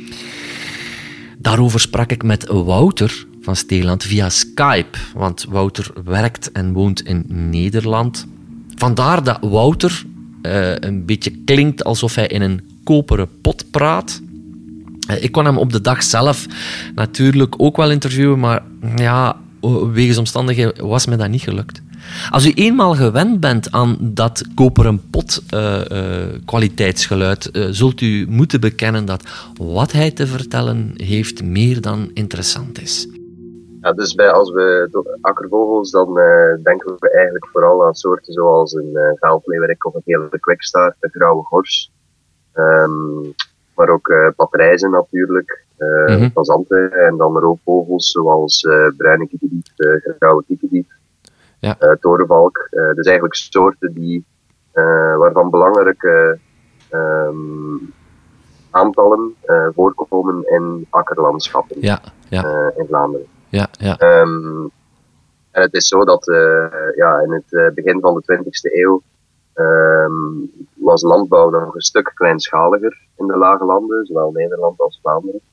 Daarover sprak ik met Wouter van Steeland via Skype, want Wouter werkt en woont in Nederland. Vandaar dat Wouter een beetje klinkt alsof hij in een koperen pot praat. Ik kon hem op de dag zelf natuurlijk ook wel interviewen, maar ja, wegens omstandigheden was me dat niet gelukt. Als u eenmaal gewend bent aan dat koperen pot kwaliteitsgeluid, zult u moeten bekennen dat wat hij te vertellen heeft meer dan interessant is. Ja, dus als we door akkervogels, dan denken we eigenlijk vooral aan soorten zoals een veldleeuwerik of een gele kwikstaart, een grauwe gors. Maar ook patrijzen natuurlijk, fazanten en dan roofvogels zoals bruine kiekendief, grauwe kiekendief. Ja. Torenvalk. Dus eigenlijk soorten die, waarvan belangrijke aantallen voorkomen in akkerlandschappen in Vlaanderen. Ja, ja. En het is zo dat in het begin van de 20e eeuw was landbouw nog een stuk kleinschaliger in de lage landen, zowel Nederland als Vlaanderen.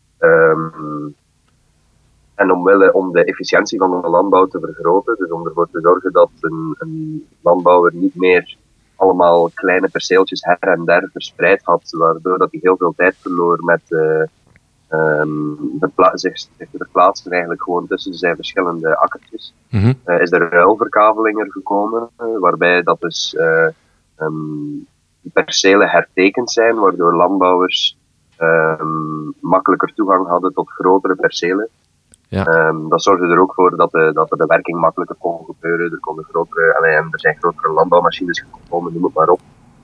En om de efficiëntie van de landbouw te vergroten, dus om ervoor te zorgen dat een landbouwer niet meer allemaal kleine perceeltjes her en der verspreid had, waardoor dat hij heel veel tijd verloor met zich te verplaatsen eigenlijk gewoon tussen zijn verschillende akkertjes. Mhm. Is er ruilverkaveling er gekomen, waarbij dat dus die percelen hertekend zijn, waardoor landbouwers makkelijker toegang hadden tot grotere percelen. Ja. Dat zorgde er ook voor dat de werking makkelijker kon gebeuren. Er konden er zijn grotere landbouwmachines gekomen, noem het maar op.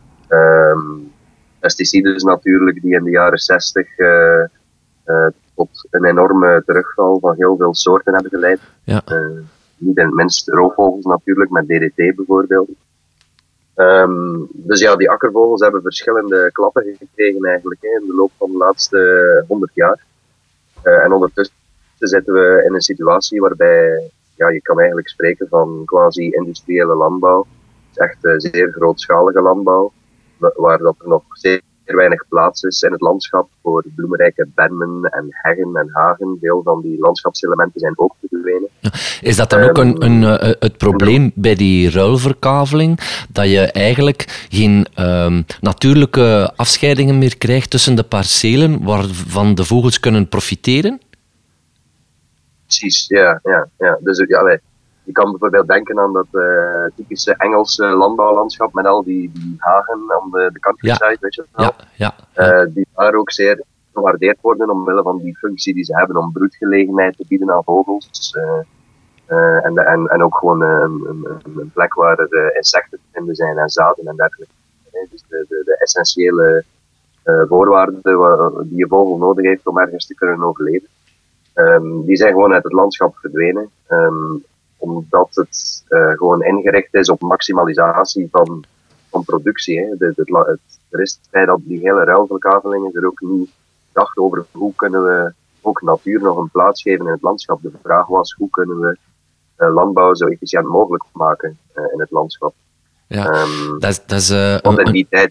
Pesticides natuurlijk, die in de jaren 60 tot een enorme terugval van heel veel soorten hebben geleid. Ja. Niet in het minst roofvogels natuurlijk, met DDT bijvoorbeeld. Dus ja, die akkervogels hebben verschillende klappen gekregen eigenlijk in de loop van de laatste 100 jaar. En ondertussen zitten we in een situatie waarbij je kan eigenlijk spreken van quasi-industriële landbouw. Het is echt zeer grootschalige landbouw, waar dat er nog zeer weinig plaats is in het landschap voor bloemrijke bermen en heggen en hagen. Veel van die landschapselementen zijn ook verdwenen. Is dat dan ook het probleem bij die ruilverkaveling? Dat je eigenlijk geen natuurlijke afscheidingen meer krijgt tussen de percelen waarvan de vogels kunnen profiteren? Precies, ja. Dus je kan bijvoorbeeld denken aan dat typische Engelse landbouwlandschap met al die hagen aan de countryside, weet je wel. Ja. Die daar ook zeer gewaardeerd worden omwille van die functie die ze hebben om broedgelegenheid te bieden aan vogels. En ook gewoon een plek waar er insecten te vinden zijn en zaden en dergelijke. Dus de essentiële voorwaarden die je vogel nodig heeft om ergens te kunnen overleven. Die zijn gewoon uit het landschap verdwenen. Omdat het gewoon ingericht is op maximalisatie van productie. Hè. Er is het feit dat die hele ruilverkaveling er ook niet dacht over hoe kunnen we ook natuur nog een plaats geven in het landschap. De vraag was hoe kunnen we landbouw zo efficiënt mogelijk maken in het landschap. Ja, want in die tijd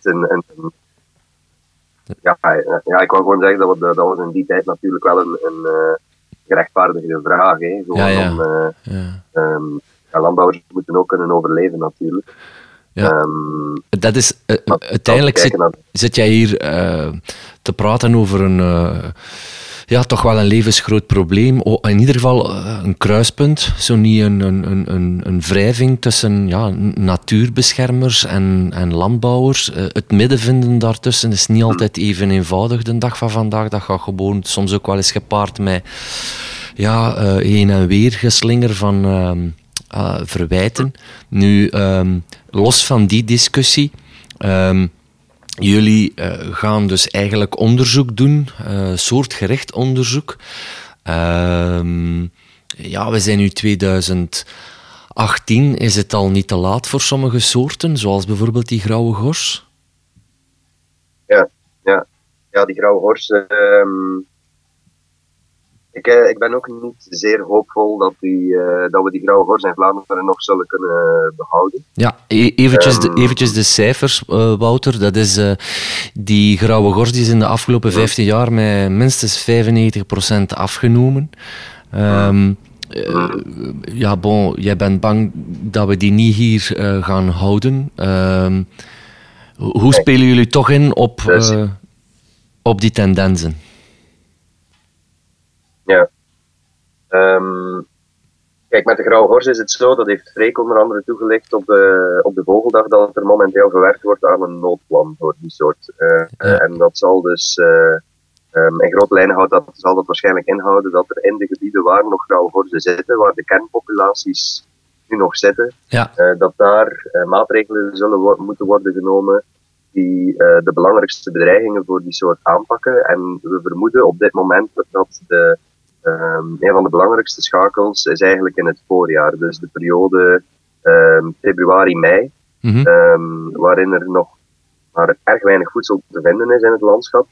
ik wou gewoon zeggen dat was in die tijd natuurlijk wel een gerechtvaardigde vraag. Hè. Landbouwers moeten ook kunnen overleven natuurlijk. Ja. Dat is, uiteindelijk zit jij hier te praten over toch wel een levensgroot probleem. In ieder geval een kruispunt, zo niet een wrijving tussen natuurbeschermers en landbouwers. Het midden vinden daartussen is niet altijd even eenvoudig de dag van vandaag. Dat gaat gewoon soms ook wel eens gepaard met heen en weer geslinger van verwijten. Nu, los van die discussie, jullie gaan dus eigenlijk onderzoek doen, soortgericht onderzoek. We zijn nu 2018. Is het al niet te laat voor sommige soorten, zoals bijvoorbeeld die grauwe gors? Ja, die grauwe gors. Ik ben ook niet zeer hoopvol dat we die grauwe gors in Vlaanderen nog zullen kunnen behouden. Ja, eventjes de cijfers, Wouter. Dat is die grauwe gors die is in de afgelopen 15 jaar met minstens 95% afgenomen. Jij bent bang dat we die niet hier gaan houden. Hoe spelen jullie toch in op die tendensen? Ja. Kijk, met de grauwe gors is het zo, dat heeft Freek onder andere toegelicht op de Vogeldag, dat er momenteel gewerkt wordt aan een noodplan voor die soort. En dat zal dus, in grote lijnen zal dat waarschijnlijk inhouden dat er in de gebieden waar nog grauwe gorzen zitten, waar de kernpopulaties nu nog zitten, dat daar maatregelen zullen moeten worden genomen die de belangrijkste bedreigingen voor die soort aanpakken. En we vermoeden op dit moment dat een van de belangrijkste schakels is eigenlijk in het voorjaar. Dus de periode februari-mei, waarin er nog maar erg weinig voedsel te vinden is in het landschap.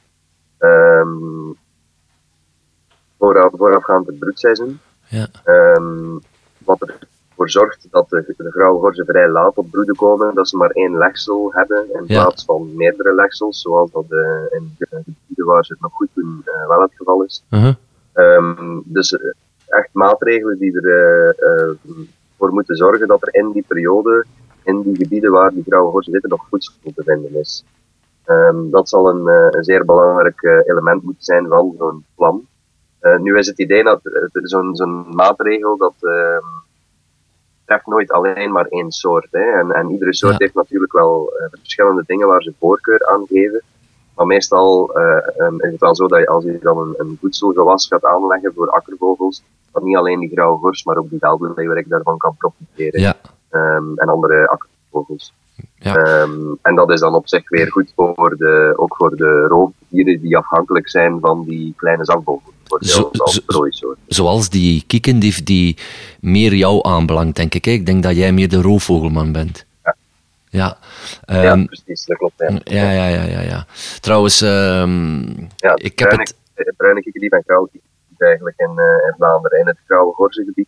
Voorafgaand het broedseizoen. Ja. Wat ervoor zorgt dat de grauwe gorzen vrij laat op broeden komen, dat ze maar 1 legsel hebben in plaats van meerdere legsels, zoals dat in de gebieden waar ze het nog goed doen wel het geval is. Dus echt maatregelen die ervoor moeten zorgen dat er in die periode, in die gebieden waar die grauwe gorzen zitten, nog voedsel te vinden is. Dat zal een zeer belangrijk element moeten zijn van zo'n plan. Nu is het idee dat zo'n maatregel dat treft nooit alleen maar één soort. Hè. En iedere soort heeft natuurlijk wel verschillende dingen waar ze voorkeur aan geven. Maar meestal is het wel zo dat als je dan een voedselgewas gaat aanleggen voor akkervogels, dat niet alleen die grauwe gors, maar ook die veldleeuwerik daarvan kan profiteren. Ja. En andere akkervogels. Ja. En dat is dan op zich weer goed ook voor de roofdieren die afhankelijk zijn van die kleine zangvogels. Zoals die kiekendief die meer jou aanbelangt, denk ik. Hè? Ik denk dat jij meer de roofvogelman bent. Ja. Ja, precies, dat klopt. Ja. Trouwens, ik heb het... Bruine kikkerdief en grauwe kikkerdief eigenlijk in Vlaanderen. In het grauwe gorzengebied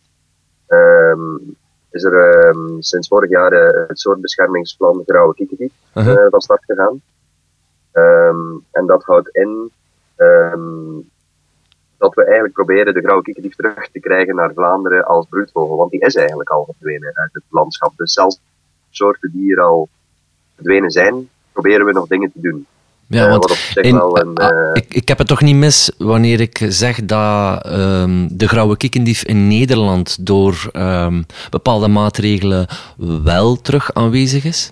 is er sinds vorig jaar het soortbeschermingsplan grauwe kikkerdief van start gegaan. En dat houdt in dat we eigenlijk proberen de grauwe kikkerdief terug te krijgen naar Vlaanderen als broedvogel, want die is eigenlijk al verdwenen uit het landschap. Dus zelfs soorten die hier al verdwenen zijn, proberen we nog dingen te doen. Ja, want ik heb het toch niet mis wanneer ik zeg dat de grauwe kikkendief in Nederland door bepaalde maatregelen wel terug aanwezig is?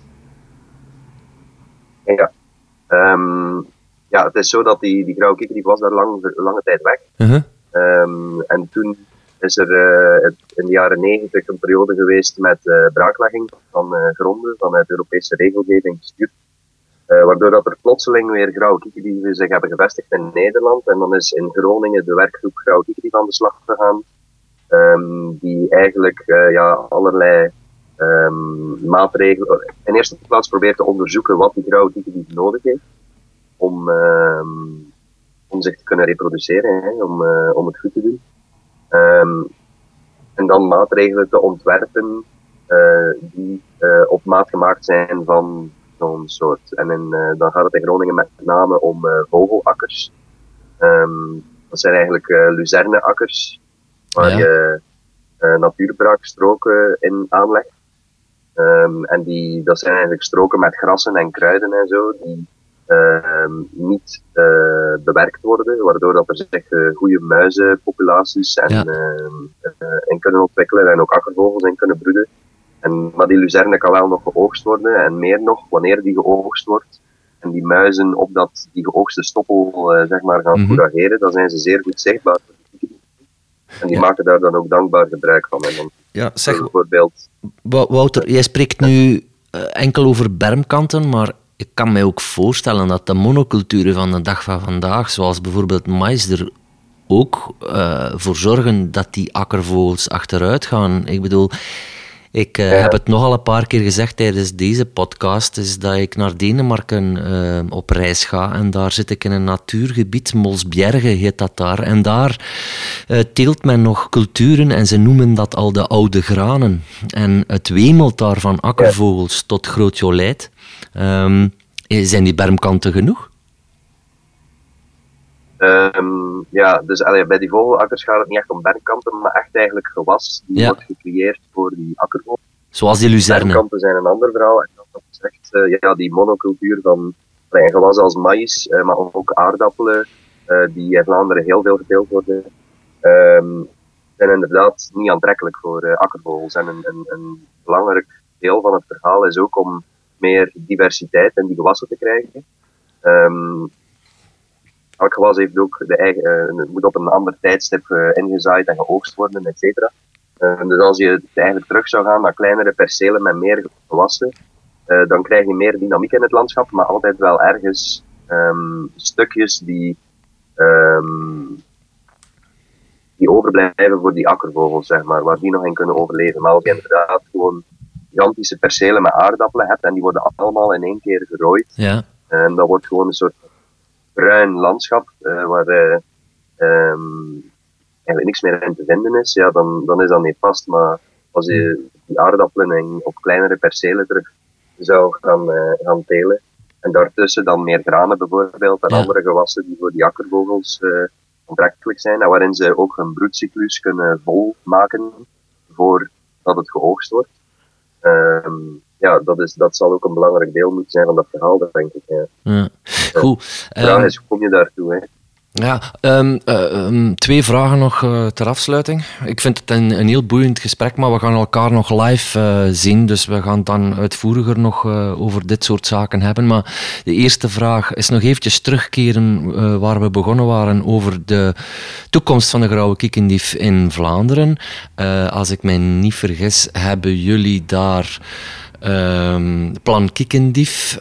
Ja, het is zo dat die grauwe kikkerdief was daar lange tijd weg. En toen is er in de jaren 90 een periode geweest met braaklegging van gronden vanuit Europese regelgeving gestuurd. Waardoor dat er plotseling weer grauwe kikkerdieven zich hebben gevestigd in Nederland. En dan is in Groningen de werkgroep grauwe kikkerdief aan de slag gegaan. Die eigenlijk allerlei maatregelen in eerste plaats probeert te onderzoeken wat die grauwe kikkerdief nodig heeft. Om zich te kunnen reproduceren, om het goed te doen. En dan maatregelen te ontwerpen die op maat gemaakt zijn van zo'n soort. En dan gaat het in Groningen met name om vogelakkers. Dat zijn eigenlijk luzerneakkers, waar je natuurbraakstroken in aanlegt. En dat zijn eigenlijk stroken met grassen en kruiden en zo, die niet bewerkt worden, waardoor dat er zich goede muizenpopulaties in kunnen ontwikkelen en ook akkervogels in kunnen broeden. Maar die luzerne kan wel nog geoogst worden en meer nog, wanneer die geoogst wordt en die muizen op die geoogste stoppel gaan fourageren, dan zijn ze zeer goed zichtbaar. En die maken daar dan ook dankbaar gebruik van. En dan bijvoorbeeld... Wouter, jij spreekt nu enkel over bermkanten, maar ik kan mij ook voorstellen dat de monoculturen van de dag van vandaag, zoals bijvoorbeeld mais, er ook voor zorgen dat die akkervogels achteruit gaan. Ik bedoel, ik heb het nogal een paar keer gezegd tijdens deze podcast, is dat ik naar Denemarken op reis ga en daar zit ik in een natuurgebied, Molsbjerge heet dat daar, en daar teelt men nog culturen en ze noemen dat al de oude granen. En het wemelt daar van akkervogels tot Groot Jolijt. Zijn die bermkanten genoeg? Dus bij die vogelakkers gaat het niet echt om bermkanten, maar echt eigenlijk gewas die wordt gecreëerd voor die akkervogels. Zoals die luzerne. Bermkanten zijn een ander verhaal. En dat zegt, die monocultuur van gewassen als maïs, maar ook aardappelen, die in Vlaanderen heel veel geteeld worden, zijn inderdaad niet aantrekkelijk voor akkervogels. En een belangrijk deel van het verhaal is ook om meer diversiteit in die gewassen te krijgen. Elk gewas heeft ook het moet op een ander tijdstip ingezaaid en geoogst worden, et cetera. Dus als je eigenlijk terug zou gaan naar kleinere percelen met meer gewassen, dan krijg je meer dynamiek in het landschap, maar altijd wel ergens stukjes die overblijven voor die akkervogels, waar die nog in kunnen overleven. Maar als je inderdaad gewoon gigantische percelen met aardappelen hebt en die worden allemaal in één keer gerooid, en dat wordt gewoon een soort bruin landschap waar eigenlijk niks meer in te vinden is, dan is dat niet vast. Maar als je die aardappelen op kleinere percelen terug zou gaan telen en daartussen dan meer granen bijvoorbeeld en andere gewassen die voor die akkervogels aantrekkelijk zijn en waarin ze ook hun broedcyclus kunnen volmaken voordat het geoogst wordt, ja, dat zal ook een belangrijk deel moeten zijn van dat verhaal, denk ik. Ja. Ja. Goed. De vraag is, hoe kom je daartoe? Hè? Ja, 2 vragen nog ter afsluiting. Ik vind het een heel boeiend gesprek, maar we gaan elkaar nog live zien, dus we gaan het dan uitvoeriger nog over dit soort zaken hebben. Maar de eerste vraag is nog eventjes terugkeren waar we begonnen waren over de toekomst van de grauwe kiekendief in Vlaanderen. Als ik mij niet vergis, hebben jullie daar Plan Kiekendief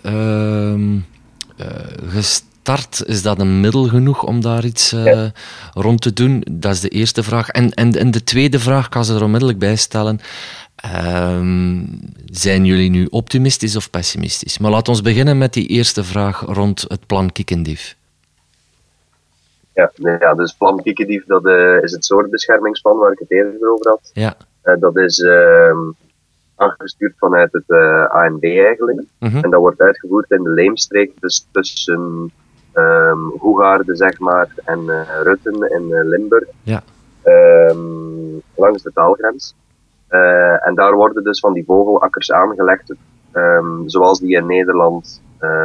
gestart. Is dat een middel genoeg om daar iets rond te doen? Dat is de eerste vraag. En de tweede vraag, ik kan ze er onmiddellijk bij stellen. Zijn jullie nu optimistisch of pessimistisch? Maar laten we beginnen met die eerste vraag rond het Plan Kiekendief. Ja, dus Plan Kiekendief, dat is het soortbeschermingsplan waar ik het eerder over had. Ja. Dat is aangestuurd vanuit het ANB eigenlijk. Mhm. En dat wordt uitgevoerd in de Leemstreek, dus tussen Hoegaarden, zeg maar, en Rutten in Limburg. Ja. Langs de taalgrens. En daar worden dus van die vogelakkers aangelegd, zoals die in Nederland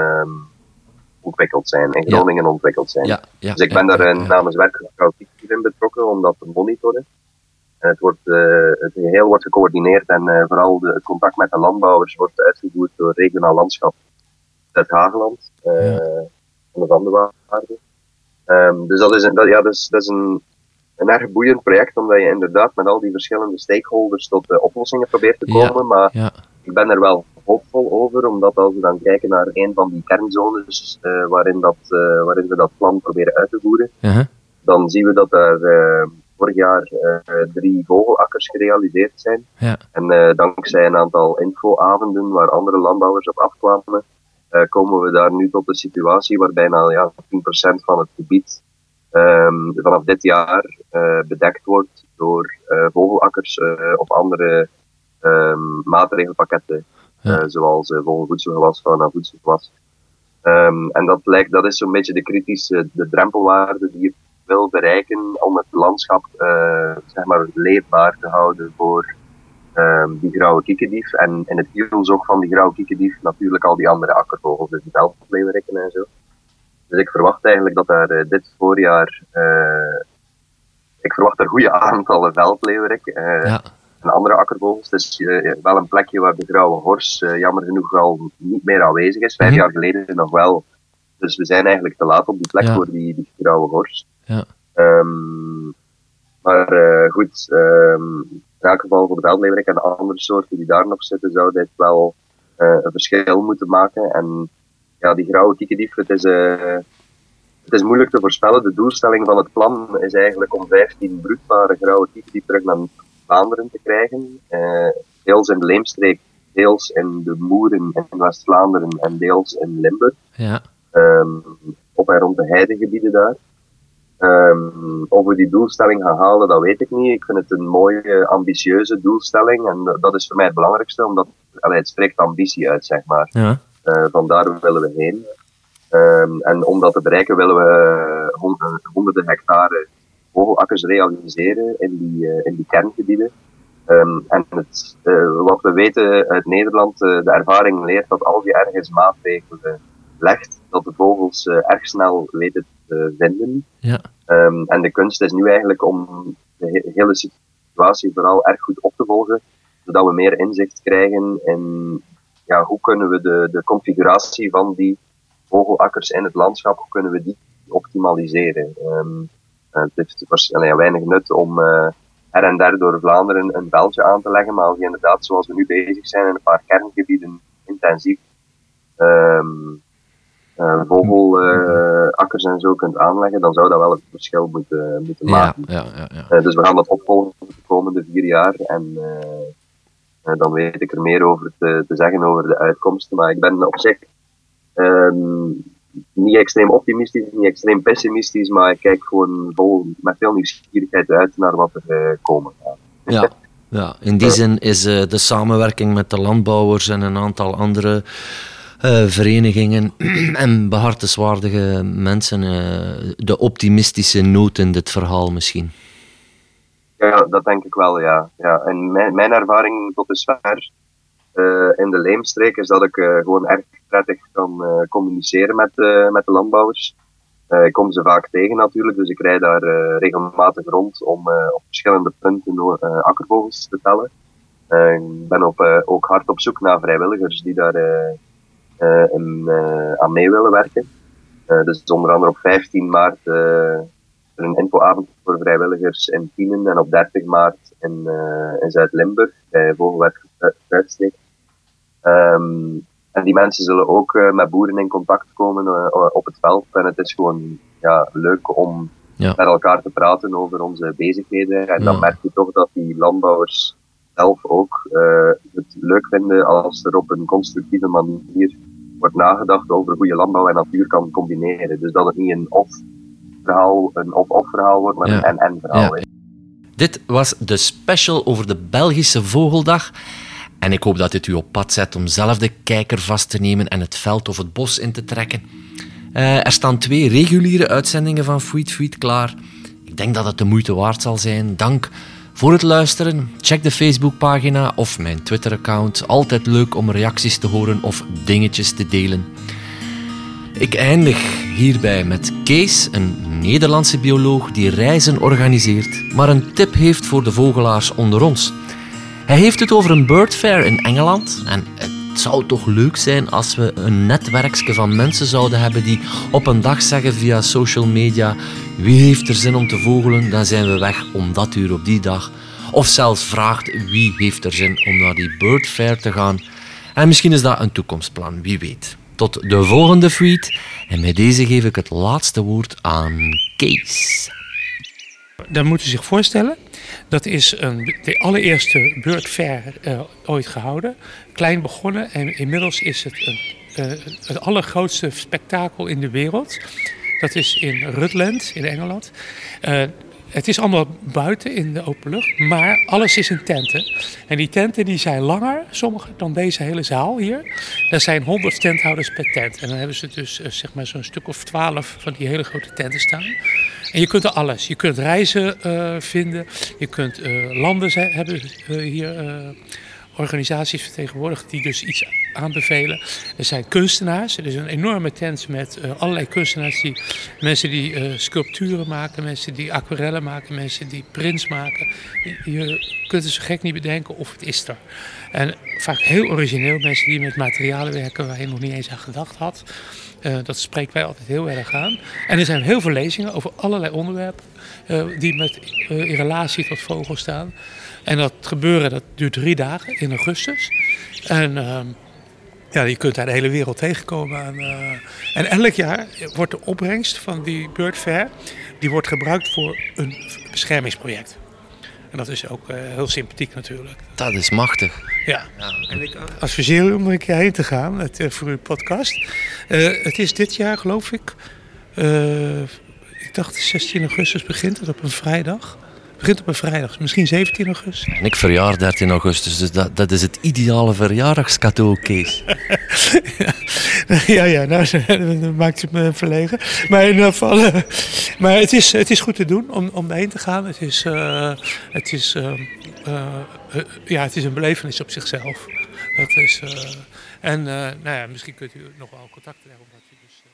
ontwikkeld zijn, in Groningen ontwikkeld zijn. Ja. Dus ik ben daar namens Werkgroep in betrokken om dat te monitoren. Het geheel wordt gecoördineerd en vooral het contact met de landbouwers wordt uitgevoerd door Regionaal Landschap uit Hageland, van de Vandewaarde. Dus dat is een erg boeiend project, omdat je inderdaad met al die verschillende stakeholders tot oplossingen probeert te komen. Maar ik ben er wel hoopvol over, omdat als we dan kijken naar een van die kernzones waarin we dat plan proberen uit te voeren, dan zien we dat er vorig jaar 3 vogelakkers gerealiseerd zijn. Ja. En dankzij een aantal infoavonden waar andere landbouwers op afkwamen, komen we daar nu tot de situatie waar bijna 10% van het gebied vanaf dit jaar bedekt wordt door vogelakkers of andere maatregelpakketten, zoals vogelvoedselgewas, fauna-voedselgewas. En dat is zo'n beetje de drempelwaarde die je wil bereiken om het landschap zeg maar leefbaar te houden voor die grauwe kiekendief. En in het hielzog van die grauwe kiekendief natuurlijk al die andere akkervogels, dus die veldleeuweriken en zo. Dus ik verwacht eigenlijk dat daar dit voorjaar ik verwacht er goede aantallen veldleeuwerik en andere akkervogels. Het is wel een plekje waar de grauwe hors jammer genoeg al niet meer aanwezig is. 5 jaar geleden nog wel. Dus we zijn eigenlijk te laat op die plek voor die grauwe hors. Ja. Maar goed, in elk geval voor de veldleeuwerik en de andere soorten die daar nog zitten, zou dit wel een verschil moeten maken. En ja, die grauwe kiekendief, het is moeilijk te voorspellen. De doelstelling van het plan is eigenlijk om 15 broedbare grauwe kiekendief terug naar Vlaanderen te krijgen. Deels in de Leemstreek, deels in de Moeren in West-Vlaanderen en deels in Limburg. Ja. Op en rond de heidegebieden daar. Of we die doelstelling gaan halen, dat weet ik niet. Ik vind het een mooie, ambitieuze doelstelling. En dat is voor mij het belangrijkste, omdat het spreekt ambitie uit, zeg maar. Ja. Vandaar willen we heen. En om dat te bereiken willen we honderden hectare vogelakkers realiseren in die kerngebieden. En wat we weten uit Nederland, de ervaring leert dat als je ergens maatregelen legt, dat de vogels erg snel weten te vinden. Ja. En de kunst is nu eigenlijk om de hele situatie vooral erg goed op te volgen, zodat we meer inzicht krijgen in hoe kunnen we de configuratie van die vogelakkers in het landschap, hoe kunnen we die optimaliseren. Het heeft weinig nut om her en der door Vlaanderen een veldje aan te leggen, maar als je inderdaad, zoals we nu bezig zijn, in een paar kerngebieden intensief vogelakkers en zo kunt aanleggen, dan zou dat wel het verschil moeten maken. Dus we gaan dat opvolgen de komende 4 jaar en dan weet ik er meer over te zeggen over de uitkomsten. Maar ik ben op zich niet extreem optimistisch, niet extreem pessimistisch, maar ik kijk gewoon met veel nieuwsgierigheid uit naar wat er komen gaat. Ja, in die zin is de samenwerking met de landbouwers en een aantal andere verenigingen en behartenswaardige mensen de optimistische noot in dit verhaal misschien. Ja, dat denk ik wel, ja. En mijn ervaring tot dusver in de Leemstreek is dat ik gewoon erg prettig kan communiceren met de landbouwers. Ik kom ze vaak tegen natuurlijk, dus ik rijd daar regelmatig rond om op verschillende punten akkervogels te tellen. Ik ben ook hard op zoek naar vrijwilligers die daar aan mee willen werken. Dus onder andere op 15 maart een infoavond voor vrijwilligers in Tienen en op 30 maart in Zuid-Limburg bij Vogelwerk Fruitsteek. En die mensen zullen ook met boeren in contact komen op het veld. En het is gewoon leuk om met elkaar te praten over onze bezigheden. En dan merk je toch dat die landbouwers zelf ook het leuk vinden als er op een constructieve manier wordt nagedacht over hoe je landbouw en natuur kan combineren. Dus dat het niet een of-verhaal, een of-of-verhaal wordt, maar een en-en-verhaal. Ja. Dit was de special over de Belgische Vogeldag. En ik hoop dat dit u op pad zet om zelf de kijker vast te nemen en het veld of het bos in te trekken. Er staan 2 reguliere uitzendingen van Fweet Fweet klaar. Ik denk dat het de moeite waard zal zijn. Dank voor het luisteren. Check de Facebookpagina of mijn Twitter-account. Altijd leuk om reacties te horen of dingetjes te delen. Ik eindig hierbij met Kees, een Nederlandse bioloog die reizen organiseert, maar een tip heeft voor de vogelaars onder ons. Hij heeft het over een bird fair in Engeland en het zou toch leuk zijn als we een netwerkje van mensen zouden hebben die op een dag zeggen via social media: wie heeft er zin om te vogelen, dan zijn we weg om dat uur op die dag. Of zelfs vraagt: wie heeft er zin om naar die bird fair te gaan. En misschien is dat een toekomstplan, wie weet. Tot de volgende Fweet. En met deze geef ik het laatste woord aan Kees. Dan moet u zich voorstellen, dat is de allereerste Bird Fair ooit gehouden. Klein begonnen en inmiddels is het het allergrootste spektakel in de wereld. Dat is in Rutland in Engeland. Het is allemaal buiten in de open lucht, maar alles is in tenten. En die tenten die zijn langer, sommige, dan deze hele zaal hier. Er zijn 100 tenthouders per tent. En dan hebben ze dus zeg maar zo'n stuk of 12 van die hele grote tenten staan. En je kunt er alles. Je kunt reizen vinden. Je kunt landen hebben hier organisaties vertegenwoordigd die dus iets aanbevelen. Er zijn kunstenaars. Er is een enorme tent met allerlei kunstenaars. Mensen die sculpturen maken, mensen die aquarellen maken, mensen die prints maken. Je kunt het zo gek niet bedenken of het is er. En vaak heel origineel. Mensen die met materialen werken waar je nog niet eens aan gedacht had. Dat spreekt mij altijd heel erg aan. En er zijn heel veel lezingen over allerlei onderwerpen die in relatie tot vogels staan. En dat gebeuren, dat duurt 3 dagen in augustus. En je kunt daar de hele wereld tegenkomen. En elk jaar wordt de opbrengst van die Bird Fair, die wordt gebruikt voor een beschermingsproject. En dat is ook heel sympathiek natuurlijk. Dat is machtig. Ja. En ik adviseer u om er een keer heen te gaan voor uw podcast. Het is dit jaar, geloof ik, ik dacht 16 augustus begint het op een vrijdag. Het begint op een vrijdag, misschien 17 augustus. En ik verjaar 13 augustus, dus dat is het ideale verjaardagscadeau, Kees. Ja, nou, dat maakt het me verlegen. Maar in ieder geval, maar het is goed te doen om daarheen te gaan. Het is een belevenis op zichzelf. Dat is, misschien kunt u nog wel contact leggen. Omdat u dus,